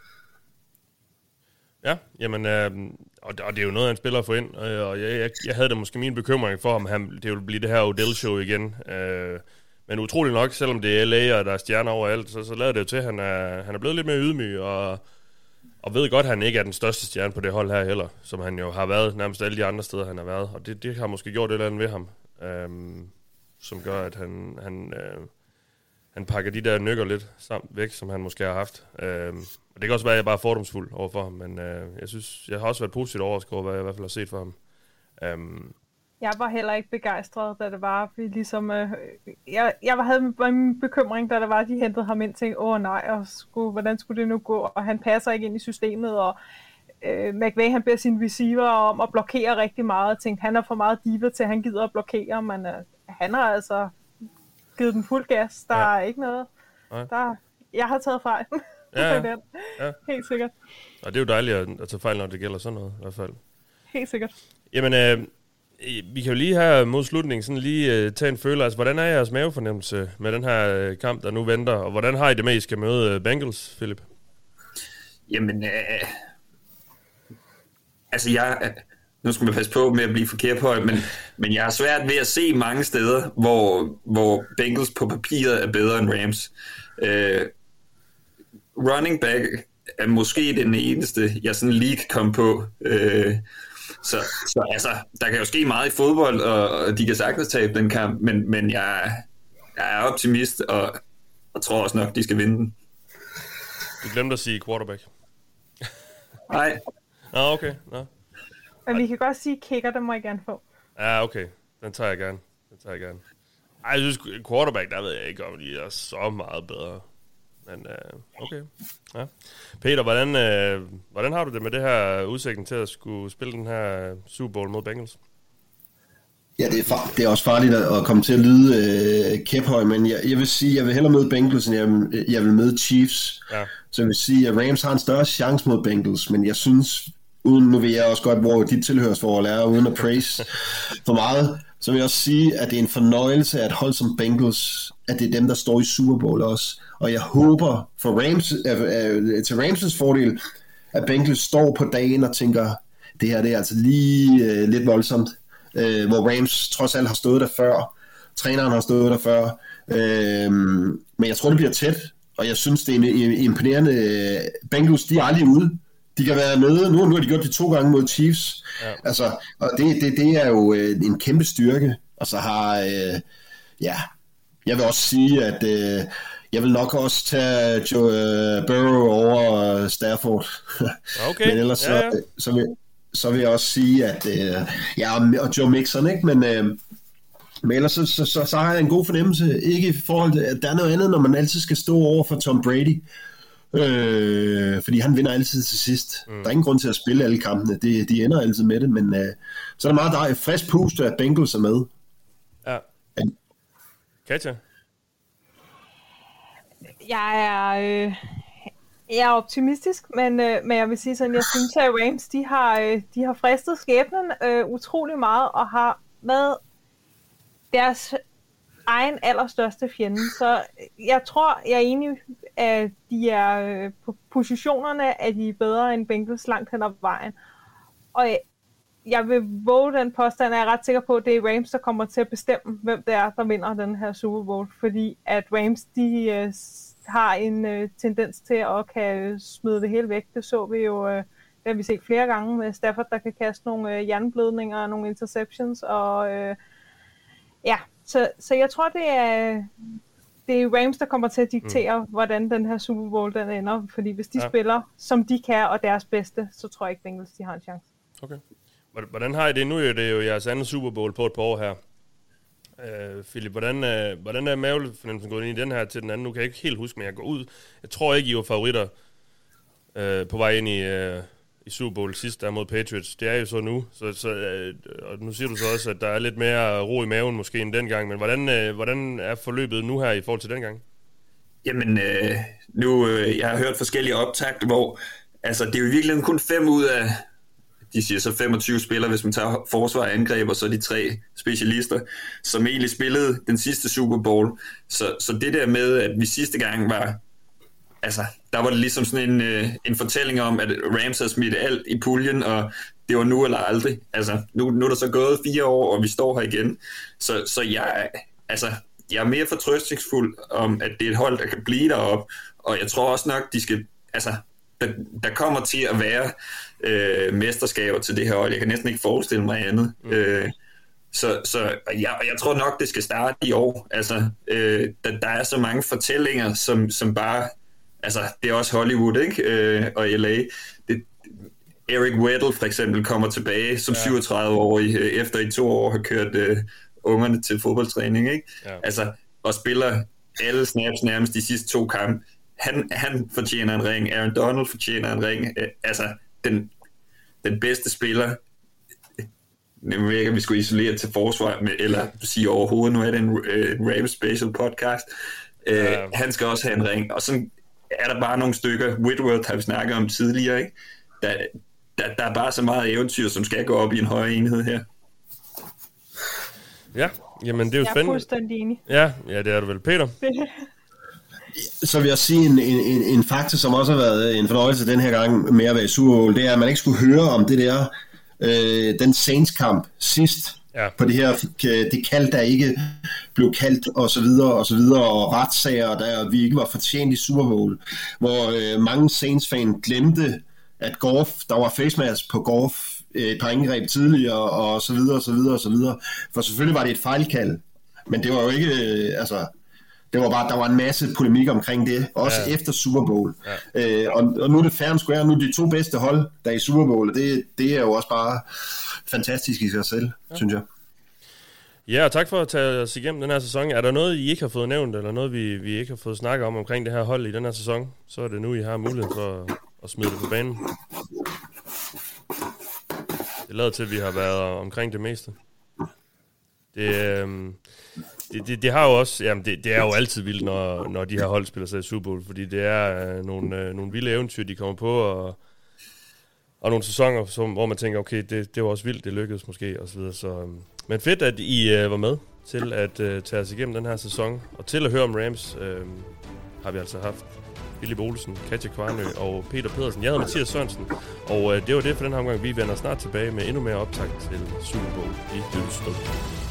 Ja, jamen, og det er jo noget, han spiller at få ind, og jeg havde da måske min bekymring for, om det ville blive det her Odell-show igen. Men utroligt nok, selvom det er LA, og der er stjerner overalt, så lader det jo til, at han er blevet lidt mere ydmyg, og ved godt, at han ikke er den største stjerne på det hold her heller, som han jo har været nærmest alle de andre steder, han har været. Og det har måske gjort et eller andet ved ham, som gør, at han pakker de der nykker lidt væk, som han måske har haft. Og det kan også være, at jeg bare er fordomsfuld overfor ham, men jeg synes, jeg har også været positivt overrasket over, hvad jeg i hvert fald har set for ham. Jeg var heller ikke begejstret, da det var, vi ligesom, jeg havde en bekymring, da det var, de hentede ham ind, tænkte, nej, og hvordan skulle det nu gå, og han passer ikke ind i systemet, og McVay, han beder sin receiver om at blokere rigtig meget, og tænkte, han er for meget diva til, han gider at blokere, men han har altså givet den fuld gas, der er ikke noget, jeg har taget fejl. Ja. Helt sikkert. Og det er jo dejligt at tage fejl, når det gælder sådan noget, i hvert fald. Helt sikkert. Jamen, vi kan jo lige her mod slutningen sådan lige tage en føler. Altså, hvordan er jeres mavefornemmelse med den her kamp, der nu venter? Og hvordan har I det med, at I skal møde Bengals, Philip? Jamen, altså nu skal man passe på med at blive forkert på det, men jeg har svært ved at se mange steder, hvor Bengals på papiret er bedre end Rams. running back er måske den eneste, jeg sådan lige kan komme på. Så altså, der kan jo ske meget i fodbold, og de kan sagtens tabe den kamp, men jeg er optimist, og tror også nok, de skal vinde den. Du glemte at sige quarterback. Nej. Okay. Nå. Men vi kan godt sige kicker, det må jeg gerne få. Ja, okay. Den tager jeg gerne. Ej, jeg synes, quarterback, der ved jeg ikke, om de er så meget bedre. Men okay. Ja. Peter, hvordan har du det med det her udsigten til at skulle spille den her Super Bowl mod Bengals? Ja, det er også farligt at komme til at lyde kæphøj, men jeg vil sige, jeg vil hellere møde Bengals, end jeg vil møde Chiefs. Ja. Så jeg vil sige, at Rams har en større chance mod Bengals, men jeg synes, nu ved jeg også godt, hvor dit tilhørsforhold er, uden at praise for meget, så vil jeg også sige, at det er en fornøjelse at holde som Bengals, at det er dem, der står i Super Bowl også. Og jeg håber for til Rams' fordel, at Bengals står på dagen og tænker, det her det er altså lige lidt voldsomt. Hvor Rams trods alt har stået der før. Træneren har stået der før. Men jeg tror, det bliver tæt. Og jeg synes, det er imponerende. Bengals, de er aldrig ude. De kan være nede. Nu har de gjort det 2 gange mod Chiefs. Ja. Altså, og det er jo en kæmpe styrke. Og så har... jeg vil også sige, at... jeg vil nok også tage Joe Burrow over Stafford. Okay. Men ellers så vil jeg også sige, at og Joe Mixon, ikke? Men ellers så har jeg en god fornemmelse, ikke i forhold til, at der er noget andet, når man altid skal stå over for Tom Brady, fordi han vinder altid til sidst. Der er ingen grund til at spille alle kampene, de ender altid med det, men så er der meget frisk pust, at Bengals er med. Ja. Katja? Jeg er optimistisk, men jeg vil sige sådan, jeg synes, at Rams, de har fristet skæbnen utrolig meget, og har været deres egen allerstørste fjende. Så jeg tror, jeg er enig, at de er på positionerne, at de er bedre end Bengals langt hen ad vejen. Og jeg vil våge den påstand, jeg er ret sikker på, at det er Rams, der kommer til at bestemme, hvem det er, der vinder den her Super Bowl. Fordi at Rams, de har en tendens til at kan smide det hele væk. Det så vi jo, det har vi set flere gange med Stafford, der kan kaste nogle hjerneblødninger og nogle interceptions. Og så jeg tror, det er Rams, der kommer til at diktere, hvordan den her Super Bowl den ender. Fordi hvis de spiller, som de kan, og deres bedste, så tror jeg ikke, Bengals de har en chance. Okay. Hvordan har I det? Nu er det jo jeres anden Super Bowl på et par år her. Philip, hvordan er mavefornemmelsen gået ind i den her til den anden? Nu kan jeg ikke helt huske, men jeg går ud. Jeg tror ikke, I var favoritter på vej ind i Super Bowl sidst der mod Patriots. Det er jo så nu. Og nu siger du så også, at der er lidt mere ro i maven måske end dengang. Men hvordan er forløbet nu her i forhold til dengang? Jamen, jeg har hørt forskellige optakt, hvor altså, det er jo i virkeligheden kun 5 ud af... De siger så 25 spillere, hvis man tager forsvar og angreb, og så de 3 specialister, som egentlig spillede den sidste Super Bowl. Så det der med, at vi sidste gang var... Altså, der var det ligesom sådan en fortælling om, at Rams havde smidt alt i puljen, og det var nu eller aldrig. Altså, nu er der så gået 4 år, og vi står her igen. Så jeg er mere fortrøstningsfuld om, at det er et hold, der kan blive deroppe. Og jeg tror også nok, de skal... Altså, der kommer til at være mesterskaber til det her hold. Jeg kan næsten ikke forestille mig andet. Så jeg tror nok, det skal starte i år. Altså, der er så mange fortællinger, som bare... Altså, det er også Hollywood, ikke? Og LA. Eric Weddle for eksempel kommer tilbage som 37-årig, efter i 2 år har kørt ungerne til fodboldtræning, ikke? Ja. Altså, og spiller alle snaps nærmest de sidste 2 kampe. Han fortjener en ring. Aaron Donald fortjener en ring. Altså, den bedste spiller. Jeg ved ikke, om vi skulle isolere til forsvar, eller sige overhovedet, nu er det en Rams Special podcast. Han skal også have en ring. Og sådan er der bare nogle stykker. Whitworth har vi snakket om tidligere, ikke? Der er bare så meget eventyr, som skal gå op i en højere enhed her. Ja, jamen det er jo spændende. Jeg er fuldstændig enig. Ja, det er du vel, Peter. Så vil jeg sige en faktor, som også har været en fornøjelse den her gang med at være i Super Bowl, det er, at man ikke skulle høre om det der, den Saints-kamp sidst, på det her, det kald, der ikke blev kaldt, og så videre, og retssager, der vi ikke var fortjent i Super Bowl, hvor mange Saints-fan glemte, at Goff, der var face mask på Goff, et par indgreb tidligere, og så videre. For selvfølgelig var det et fejlkald, men det var jo ikke, det var bare, der var en masse polemik omkring det, også efter Super Bowl. Ja. Og nu er det fair and square, nu er de 2 bedste hold, der er i Super Bowl, og det er jo også bare fantastisk i sig selv, synes jeg. Ja, og tak for at tage os igennem den her sæson. Er der noget, I ikke har fået nævnt, eller noget, vi ikke har fået snakket om omkring det her hold i den her sæson? Så er det nu, I har muligheden for at smide det på banen. Det lader til, at vi har været omkring det meste. Det har jo også, jamen det er jo altid vildt, når de her hold spiller sig i Super Bowl, fordi det er nogle vilde eventyr, de kommer på, og nogle sæsoner, hvor man tænker, okay, det var også vildt, det lykkedes måske, og så videre. Så, men fedt, at I var med til at tage os igennem den her sæson, og til at høre om Rams har vi altså haft Philip Olsen, Katja Kvarnø og Peter Pedersen. Jeg hedder Mathias Sørensen, og det var det for den her omgang. Vi vender snart tilbage med endnu mere optakt til Super Bowl i Løbestund.